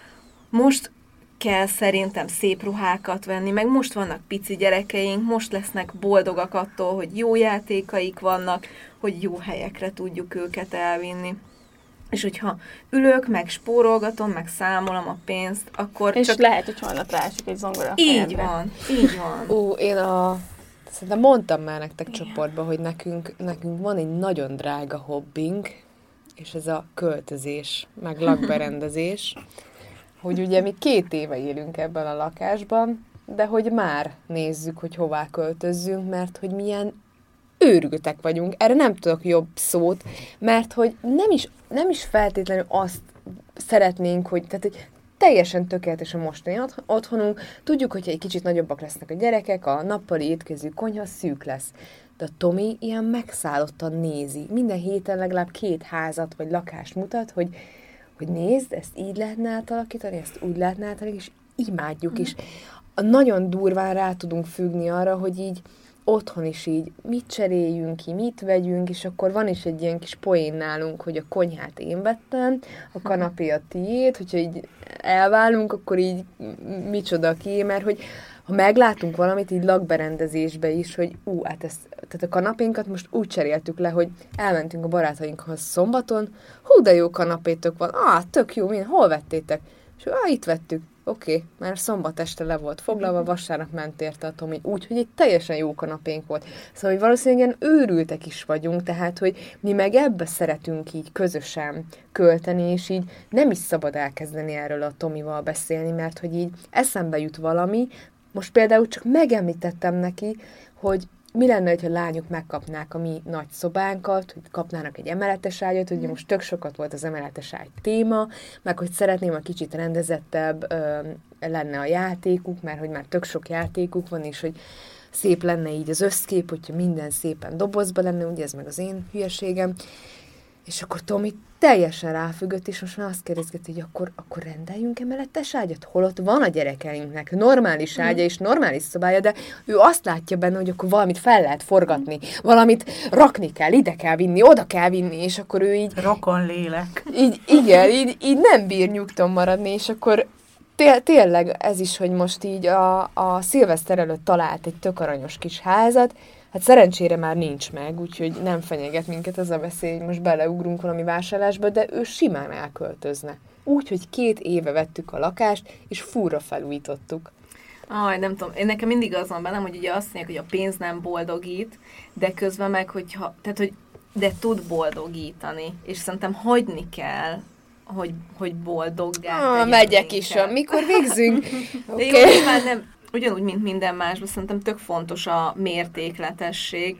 most kell szerintem szép ruhákat venni, meg most vannak pici gyerekeink, most lesznek boldogak attól, hogy jó játékaik vannak, hogy jó helyekre tudjuk őket elvinni. És hogyha ülök, meg spórolgatom, meg számolom a pénzt, akkor és csak... lehet, hogy holnap rásik egy zongora a Így fejedbe. van, így van. Ú, én a... Szerintem mondtam már nektek Igen. csoportban, hogy nekünk, nekünk van egy nagyon drága hobbink, és ez a költözés, meg lakberendezés, hogy ugye mi két éve élünk ebben a lakásban, de hogy már nézzük, hogy hová költözzünk, mert hogy milyen őrültek vagyunk. Erre nem tudok jobb szót, mert hogy nem is, nem is feltétlenül azt szeretnénk, hogy, tehát, hogy teljesen tökéletes a mostani otthonunk. Tudjuk, hogyha egy kicsit nagyobbak lesznek a gyerekek, a nappali étkező konyha szűk lesz. De a Tomi ilyen megszállottan nézi. Minden héten legalább két házat vagy lakást mutat, hogy, hogy nézd, ezt így lehetne átalakítani, ezt úgy lehetne átalakítani, és imádjuk is. Nagyon durván rá tudunk függni arra, hogy így otthon is így mit cseréljünk ki, mit vegyünk, és akkor van is egy ilyen kis poén nálunk, hogy a konyhát én vettem, a kanapé a tiéd, hogyha így elválunk, akkor így micsoda ki, mert hogy ha meglátunk valamit így lakberendezésbe is, hogy ú, hát ezt, tehát a kanapénkat most úgy cseréltük le, hogy elmentünk a barátainkhoz szombaton, hú, de jó kanapétok van, ah, tök jó, minden, hol vettétek? És ah, itt vettük. Oké, okay, mert szombat este le volt foglalva, vasárnap ment érte a Tomi, úgyhogy egy teljesen jó kanapénk volt. Szóval, hogy valószínűleg ilyen őrültek is vagyunk, tehát, hogy mi meg ebbe szeretünk így közösen költeni, és így nem is szabad elkezdeni erről a Tomival beszélni, mert hogy így eszembe jut valami. Most például csak megemlítettem neki, hogy mi lenne, hogyha lányok megkapnák a mi nagy szobánkat, hogy kapnának egy emeletes ágyat, ugye most tök sokat volt az emeletes ágy téma, meg hogy szeretném, a kicsit rendezettebb ö, lenne a játékuk, mert hogy már tök sok játékuk van, és hogy szép lenne így az összkép, hogyha minden szépen dobozba lenne, ugye ez meg az én hülyeségem. És akkor Tomi teljesen ráfüggött, és most már azt kérdezgeti, hogy akkor, akkor rendeljünk emeletes ágyat? Holott van a gyerekeinknek normális ágya és normális szobája, de ő azt látja benne, hogy akkor valamit fel lehet forgatni, valamit rakni kell, ide kell vinni, oda kell vinni, és akkor ő így... Rokon lélek. Így, igen, így, így nem bír nyugton maradni, és akkor té- tényleg ez is, hogy most így a, a szilveszter előtt talált egy tök aranyos kis házat. Hát szerencsére már nincs meg, úgyhogy nem fenyeget minket ez a veszély, hogy most beleugrunk valami vásárlásba, de ő simán elköltözne. Úgyhogy két éve vettük a lakást, és fúra felújítottuk. Aj, nem tudom, én nekem mindig az van bennem, hogy ugye azt mondják, hogy a pénz nem boldogít, de közben meg, hogyha, tehát, hogy de tud boldogítani, és szerintem hagyni kell, hogy, hogy boldoggá ah, megyek is, mikor végzünk. Okay. De jó, már nem, ugyanúgy, mint minden másban, szerintem tök fontos a mértékletesség,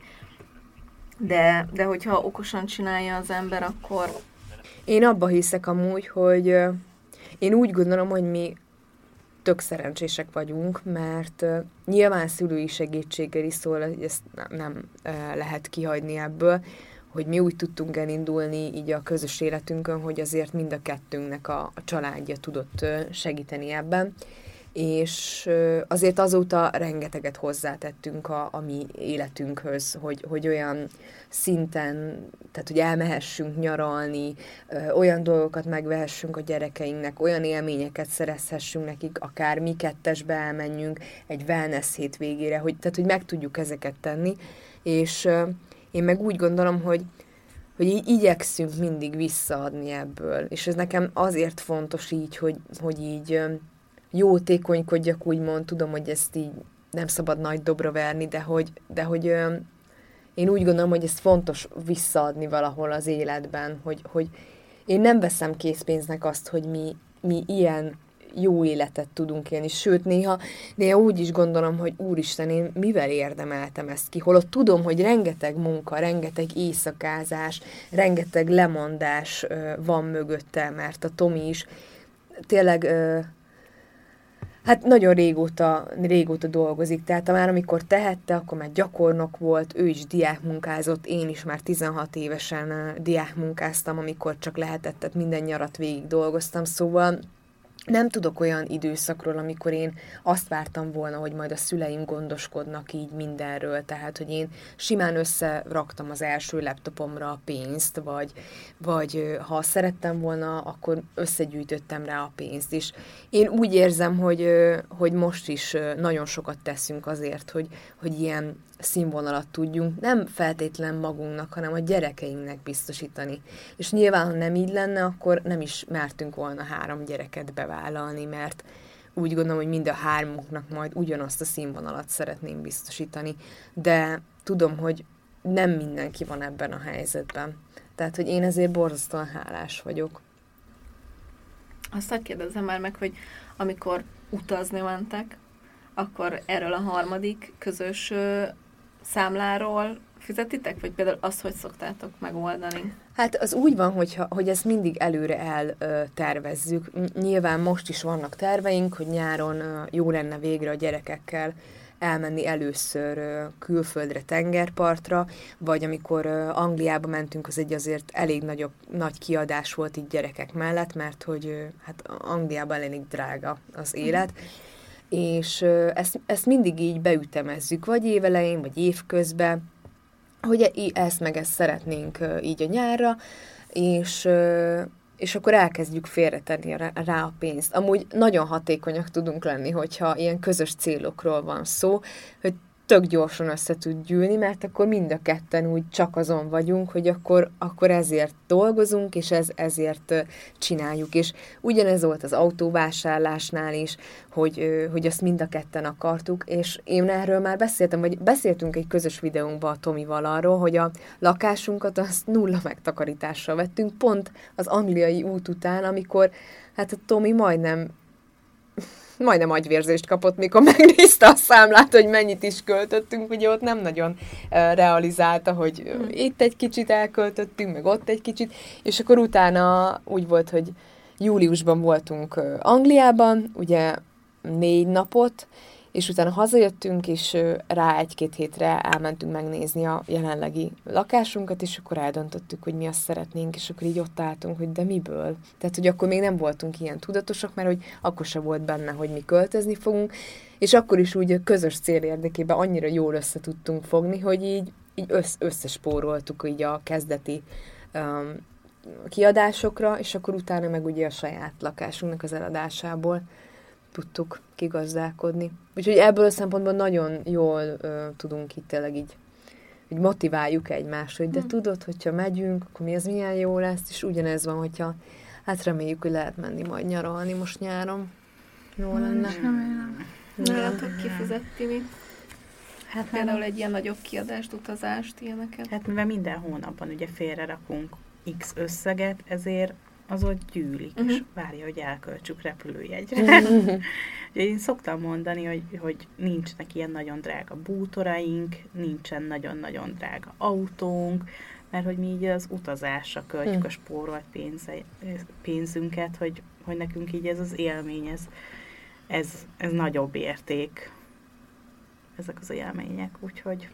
de, de hogyha okosan csinálja az ember, akkor... Én abba hiszek amúgy, hogy uh, én úgy gondolom, hogy mi tök szerencsések vagyunk, mert uh, nyilván szülői segítséggel is szól, hogy ezt nem, nem uh, lehet kihagyni ebből, hogy mi úgy tudtunk elindulni így a közös életünkön, hogy azért mind a kettőnknek a, a családja tudott uh, segíteni ebben, és azért azóta rengeteget hozzátettünk a, a mi életünkhöz, hogy, hogy olyan szinten, tehát hogy elmehessünk nyaralni, olyan dolgokat megvehessünk a gyerekeinknek, olyan élményeket szerezhessünk nekik, akár mi kettesbe elmenjünk egy wellness hétvégére, hogy, tehát hogy meg tudjuk ezeket tenni, és én meg úgy gondolom, hogy hogy így igyekszünk mindig visszaadni ebből, és ez nekem azért fontos így, hogy, hogy így jótékonykodjak, úgymond, tudom, hogy ezt így nem szabad nagy dobra verni, de hogy, de hogy ö, én úgy gondolom, hogy ez fontos visszaadni valahol az életben, hogy, hogy én nem veszem készpénznek azt, hogy mi, mi ilyen jó életet tudunk élni, sőt, néha, néha úgy is gondolom, hogy úristen, én mivel érdemeltem ezt ki, holott tudom, hogy rengeteg munka, rengeteg éjszakázás, rengeteg lemondás ö, van mögötte, mert a Tomi is tényleg ö, hát nagyon régóta, régóta dolgozik, tehát már amikor tehette, akkor már gyakornok volt, ő is diákmunkázott, én is már tizenhat évesen uh, diákmunkáztam, amikor csak lehetett, tehát minden nyarat végig dolgoztam, szóval nem tudok olyan időszakról, amikor én azt vártam volna, hogy majd a szüleim gondoskodnak így mindenről, tehát, hogy én simán összeraktam az első laptopomra a pénzt, vagy, vagy ha szerettem volna, akkor összegyűjtöttem rá a pénzt is. Én úgy érzem, hogy, hogy most is nagyon sokat teszünk azért, hogy, hogy ilyen színvonalat tudjunk nem feltétlen magunknak, hanem a gyerekeinknek biztosítani. És nyilván, ha nem így lenne, akkor nem is mertünk volna három gyereket bevállalni, mert úgy gondolom, hogy mind a hármunknak majd ugyanazt a színvonalat szeretnénk biztosítani. De tudom, hogy nem mindenki van ebben a helyzetben. Tehát, hogy én ezért borzasztóan hálás vagyok. Azt hadd kérdezzem már meg, hogy amikor utazni mentek, akkor erről a harmadik közös számláról fizetitek? Vagy például azt, hogy szoktátok megoldani? Hát az úgy van, hogyha, hogy ezt mindig előre eltervezzük. Nyilván most is vannak terveink, hogy nyáron jó lenne végre a gyerekekkel elmenni először külföldre, tengerpartra, vagy amikor Angliába mentünk, az egy azért elég nagyobb, nagy kiadás volt így gyerekek mellett, mert hogy hát Angliában elég drága az élet. Mm. És ezt, ezt mindig így beütemezzük, vagy évelején, vagy évközben, hogy ezt meg ezt szeretnénk így a nyárra, és, és akkor elkezdjük félretenni rá a pénzt. Amúgy nagyon hatékonyak tudunk lenni, hogyha ilyen közös célokról van szó, hogy tök gyorsan össze tud gyűlni, mert akkor mind a ketten úgy csak azon vagyunk, hogy akkor, akkor ezért dolgozunk, és ez, ezért csináljuk. És ugyanez volt az autóvásárlásnál is, hogy, hogy azt mind a ketten akartuk, és én erről már beszéltem, vagy beszéltünk egy közös videónkban a Tomival arról, hogy a lakásunkat azt nulla megtakarítással vettünk, pont az angliai út után, amikor hát a Tomi majdnem majdnem agyvérzést kapott, mikor megnézte a számlát, hogy mennyit is költöttünk, ugye ott nem nagyon uh, realizálta, hogy uh, itt egy kicsit elköltöttünk, meg ott egy kicsit, és akkor utána úgy volt, hogy júliusban voltunk uh, Angliában, ugye négy napot, és utána hazajöttünk, és uh, rá egy-két hétre elmentünk megnézni a jelenlegi lakásunkat, és akkor eldöntöttük, hogy mi azt szeretnénk, és akkor így ott álltunk, hogy de miből? Tehát, hogy akkor még nem voltunk ilyen tudatosak, mert hogy akkor se volt benne, hogy mi költözni fogunk, és akkor is úgy a közös cél érdekében annyira jól össze tudtunk fogni, hogy így, így össz, összespóroltuk így a kezdeti um, kiadásokra, és akkor utána meg ugye a saját lakásunknak az eladásából tudtuk kigazdálkodni. Úgyhogy ebből a szempontból nagyon jól ö, tudunk itt tényleg így, hogy motiváljuk egymást, hogy de hmm. tudod, hogyha megyünk, akkor mi az milyen jó lesz, és ugyanez van, hogyha hát reméljük, hogy lehet menni majd nyaralni most nyáron. Jó hmm. lenne. Remélem. Nálatok kifizetti mit? Hát például egy ilyen nagyobb kiadást, utazást, ilyeneket? Hát mivel minden hónapban ugye félre rakunk X összeget, ezért az ott gyűlik, uh-huh. és várja, hogy elköltsük repülőjegyre. Uh-huh. Én szoktam mondani, hogy, hogy nincsenek ilyen nagyon drága bútoraink, nincsen nagyon-nagyon drága autónk, mert hogy mi így az utazásra költjük uh-huh. a spórolt pénze, pénzünket, hogy, hogy nekünk így ez az élmény, ez, ez, ez nagyobb érték. Ezek az élmények, úgyhogy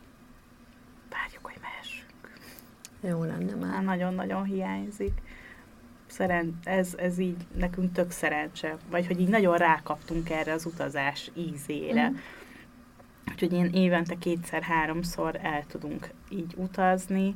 várjuk, hogy mehessünk. Jó lenne már. Nagyon-nagyon hiányzik. Szeren- ez, ez így nekünk tök szerencse, vagy hogy így nagyon rákaptunk erre az utazás ízére. Mm. Úgyhogy ilyen évente kétszer-háromszor el tudunk így utazni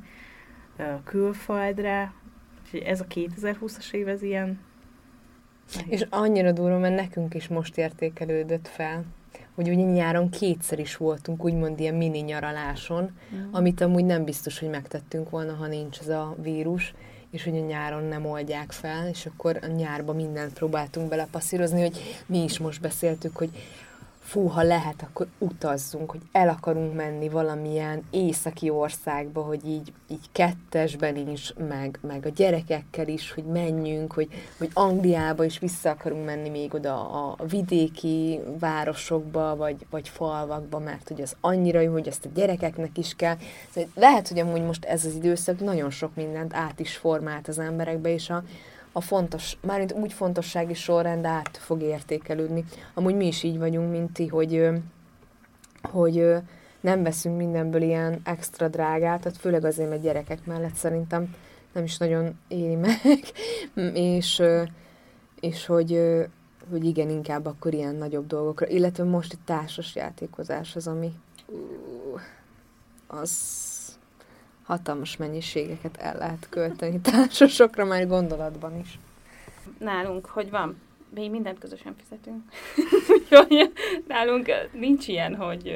külföldre. Úgyhogy ez a kétezer-húszas év, ez ilyen nehéz. És annyira durva, mert nekünk is most értékelődött fel, hogy ugye nyáron kétszer is voltunk, úgymond ilyen mini nyaraláson, mm. amit amúgy nem biztos, hogy megtettünk volna, ha nincs ez a vírus, és hogy a nyáron nem oldják fel, és akkor a nyárba mindent próbáltunk belepasszírozni, hogy mi is most beszéltük, hogy fú, ha lehet, akkor utazzunk, hogy el akarunk menni valamilyen északi országba, hogy így, így kettesben is, meg, meg a gyerekekkel is, hogy menjünk, hogy, hogy Angliába is vissza akarunk menni még oda a vidéki városokba, vagy, vagy falvakba, mert hogy az annyira jó, hogy ezt a gyerekeknek is kell. Szóval lehet, hogy amúgy most ez az időszak nagyon sok mindent át is formált az emberekbe, és a a fontos, mármint úgy fontossági sorrend át fog értékelődni. Amúgy mi is így vagyunk, mint ti, hogy, hogy nem veszünk mindenből ilyen extra drágát, tehát főleg azért, mert gyerekek mellett szerintem nem is nagyon éri meg, és, és hogy, hogy igen, inkább akkor ilyen nagyobb dolgokra, illetve most egy társas játékozás az, ami uh, az hatalmas mennyiségeket el lehet költeni társasokra, már gondolatban is. Nálunk, hogy van? Mi mindent közösen fizetünk. Úgyhogy nálunk nincs ilyen, hogy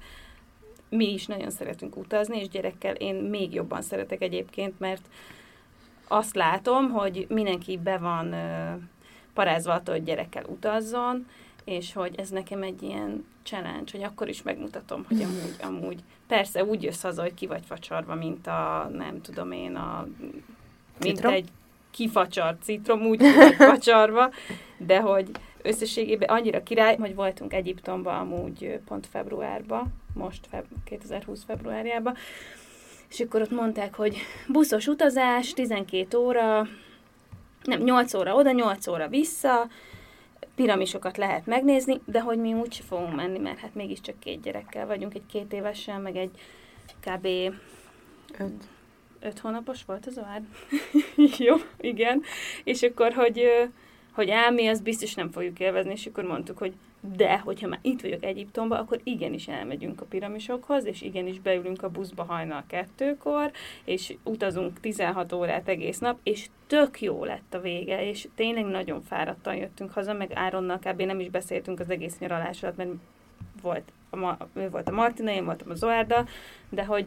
mi is nagyon szeretünk utazni, és gyerekkel én még jobban szeretek egyébként, mert azt látom, hogy mindenki be van parázva attól, hogy gyerekkel utazzon, és hogy ez nekem egy ilyen challenge, hogy akkor is megmutatom, hogy amúgy, amúgy persze úgy jössz haza, hogy ki vagy facsarva, mint a, nem tudom én, a, mint citrom? Egy kifacsart citrom, úgy ki vagy facsarva, de hogy összességében annyira király, hogy voltunk Egyiptomba amúgy pont februárban, most feb- kétezer-húsz februárjában, és akkor ott mondták, hogy buszos utazás, tizenkét óra, nem, nyolc óra oda, nyolc óra vissza, piramisokat lehet megnézni, de hogy mi úgyse fogunk menni, mert hát mégiscsak két gyerekkel vagyunk, egy két évesen, meg egy kb. öt, öt hónapos volt az ár. Jó, igen. És akkor, hogy, hogy ám mi azt biztos nem fogjuk élvezni, és akkor mondtuk, hogy de, hogyha már itt vagyok Egyiptomba, akkor igenis elmegyünk a piramisokhoz, és igenis beülünk a buszba hajnal kettőkor, és utazunk tizenhat órát egész nap, és tök jó lett a vége, és tényleg nagyon fáradtan jöttünk haza, meg Áronnal kb. Nem is beszéltünk az egész nyaralás alatt, mert volt a, ő volt a Martina, én voltam a Zoárda, de hogy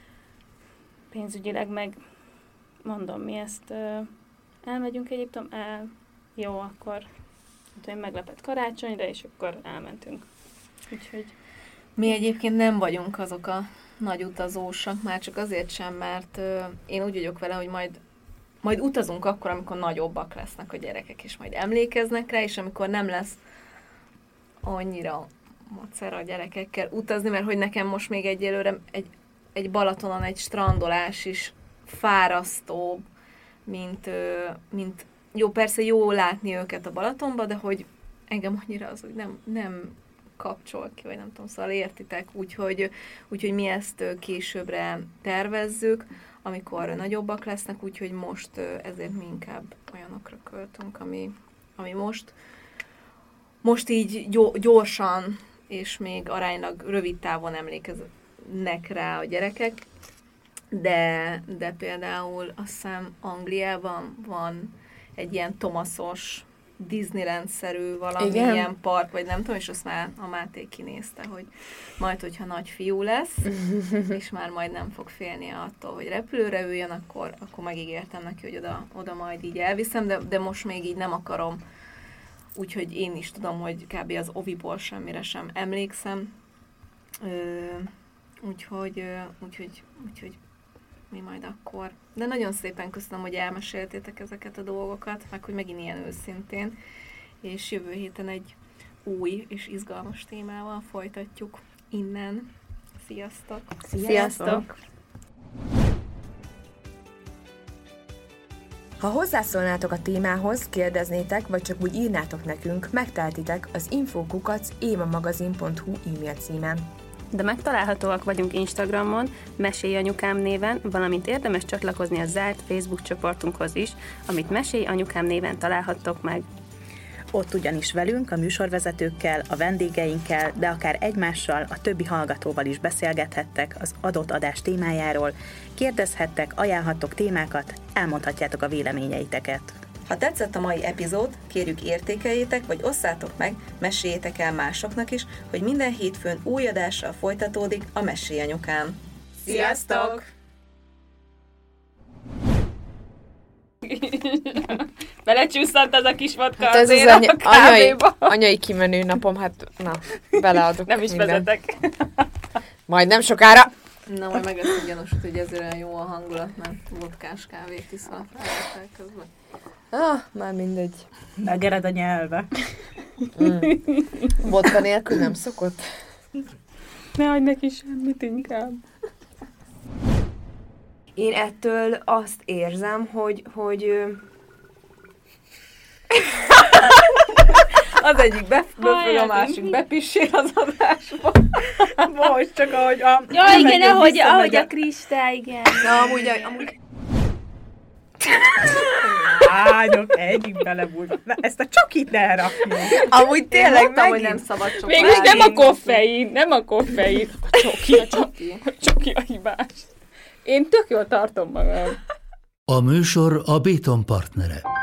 pénzügyileg meg mondom, mi ezt elmegyünk Egyiptom, el, jó, akkor hogy meglepett karácsonyra, és akkor elmentünk. Úgyhogy... Mi egyébként nem vagyunk azok a nagy utazósak, már csak azért sem, mert uh, én úgy vagyok vele, hogy majd, majd utazunk akkor, amikor nagyobbak lesznek a gyerekek, és majd emlékeznek rá, és amikor nem lesz annyira macera a gyerekekkel utazni, mert hogy nekem most még egyelőre egy, egy Balatonon egy strandolás is fárasztóbb, mint, uh, mint jó, persze jó látni őket a Balatonba, de hogy engem annyira az, hogy nem, nem kapcsol ki, vagy nem tudom, szóval értitek, úgyhogy, úgyhogy mi ezt későbbre tervezzük, amikor nagyobbak lesznek, úgyhogy most ezért mi inkább olyanokra költünk, ami, ami most, most így gyorsan, és még aránylag rövid távon emlékeznek rá a gyerekek, de, de például azt hiszem Angliában van egy ilyen Thomasos, Disneyland-szerű valamilyen Igen. park, vagy nem tudom, és azt már a Máté kinézte, hogy majd, hogyha nagy fiú lesz, és már majd nem fog félni attól, hogy repülőre üljön, akkor, akkor megígértem neki, hogy oda, oda majd így elviszem, de, de most még így nem akarom. Úgyhogy én is tudom, hogy kb. Az oviból semmire sem emlékszem. Ö, úgyhogy, úgyhogy, úgyhogy mi majd akkor. De nagyon szépen köszönöm, hogy elmeséltétek ezeket a dolgokat, meg hogy megint ilyen őszintén, és jövő héten egy új és izgalmas témával folytatjuk innen. Sziasztok! Sziasztok! Sziasztok. Ha hozzászólnátok a témához, kérdeznétek, vagy csak úgy írnátok nekünk, megteltitek az info kukac évamagazin pont hu e-mail címen. De megtalálhatóak vagyunk Instagramon, Mesélj Anyukám néven, valamint érdemes csatlakozni a zárt Facebook csoportunkhoz is, amit Mesélj Anyukám néven találhattok meg. Ott ugyanis velünk, a műsorvezetőkkel, a vendégeinkkel, de akár egymással, a többi hallgatóval is beszélgethettek az adott adás témájáról, kérdezhettek, ajánlhattok témákat, elmondhatjátok a véleményeiteket. Ha tetszett a mai epizód, kérjük értékeljétek, vagy osszátok meg, meséljétek el másoknak is, hogy minden hétfőn új adással folytatódik a Mesélj Anyukám. Sziasztok! Belecsúszant az a kis vodka Hát ez az azért anya, a anyai, kávéba. anyai kimenő napom, hát na, beleadok Nem is mindent. vezetek. Majd nem sokára. Na, majd megeszem gyanúsult, hogy ezért olyan jó a hangulat, mert vodkás kávét iszol fel közben. Ah, már mindegy. Megered a nyelve. Mm. Vodka nélkül nem szokott? Ne adj neki semmit inkább. Én ettől azt érzem, hogy, hogy ö, Az egyik beföl, a másik bepissél az adásba. Most csak ahogy a... Ja, igen, ahogy, ahogy a kristály, igen. na, amúgy, amúgy Lányok, egyik belebújt. Na, ezt a csokit ne rakjuk. Amúgy tényleg Mondtam, hogy megint. nem szabad csokoládé. Végülis nem a koffein, nem a koffein. A csoki, a csoki. A csoki a hibás. Én tök jól tartom magam. A műsor a Béton partnere.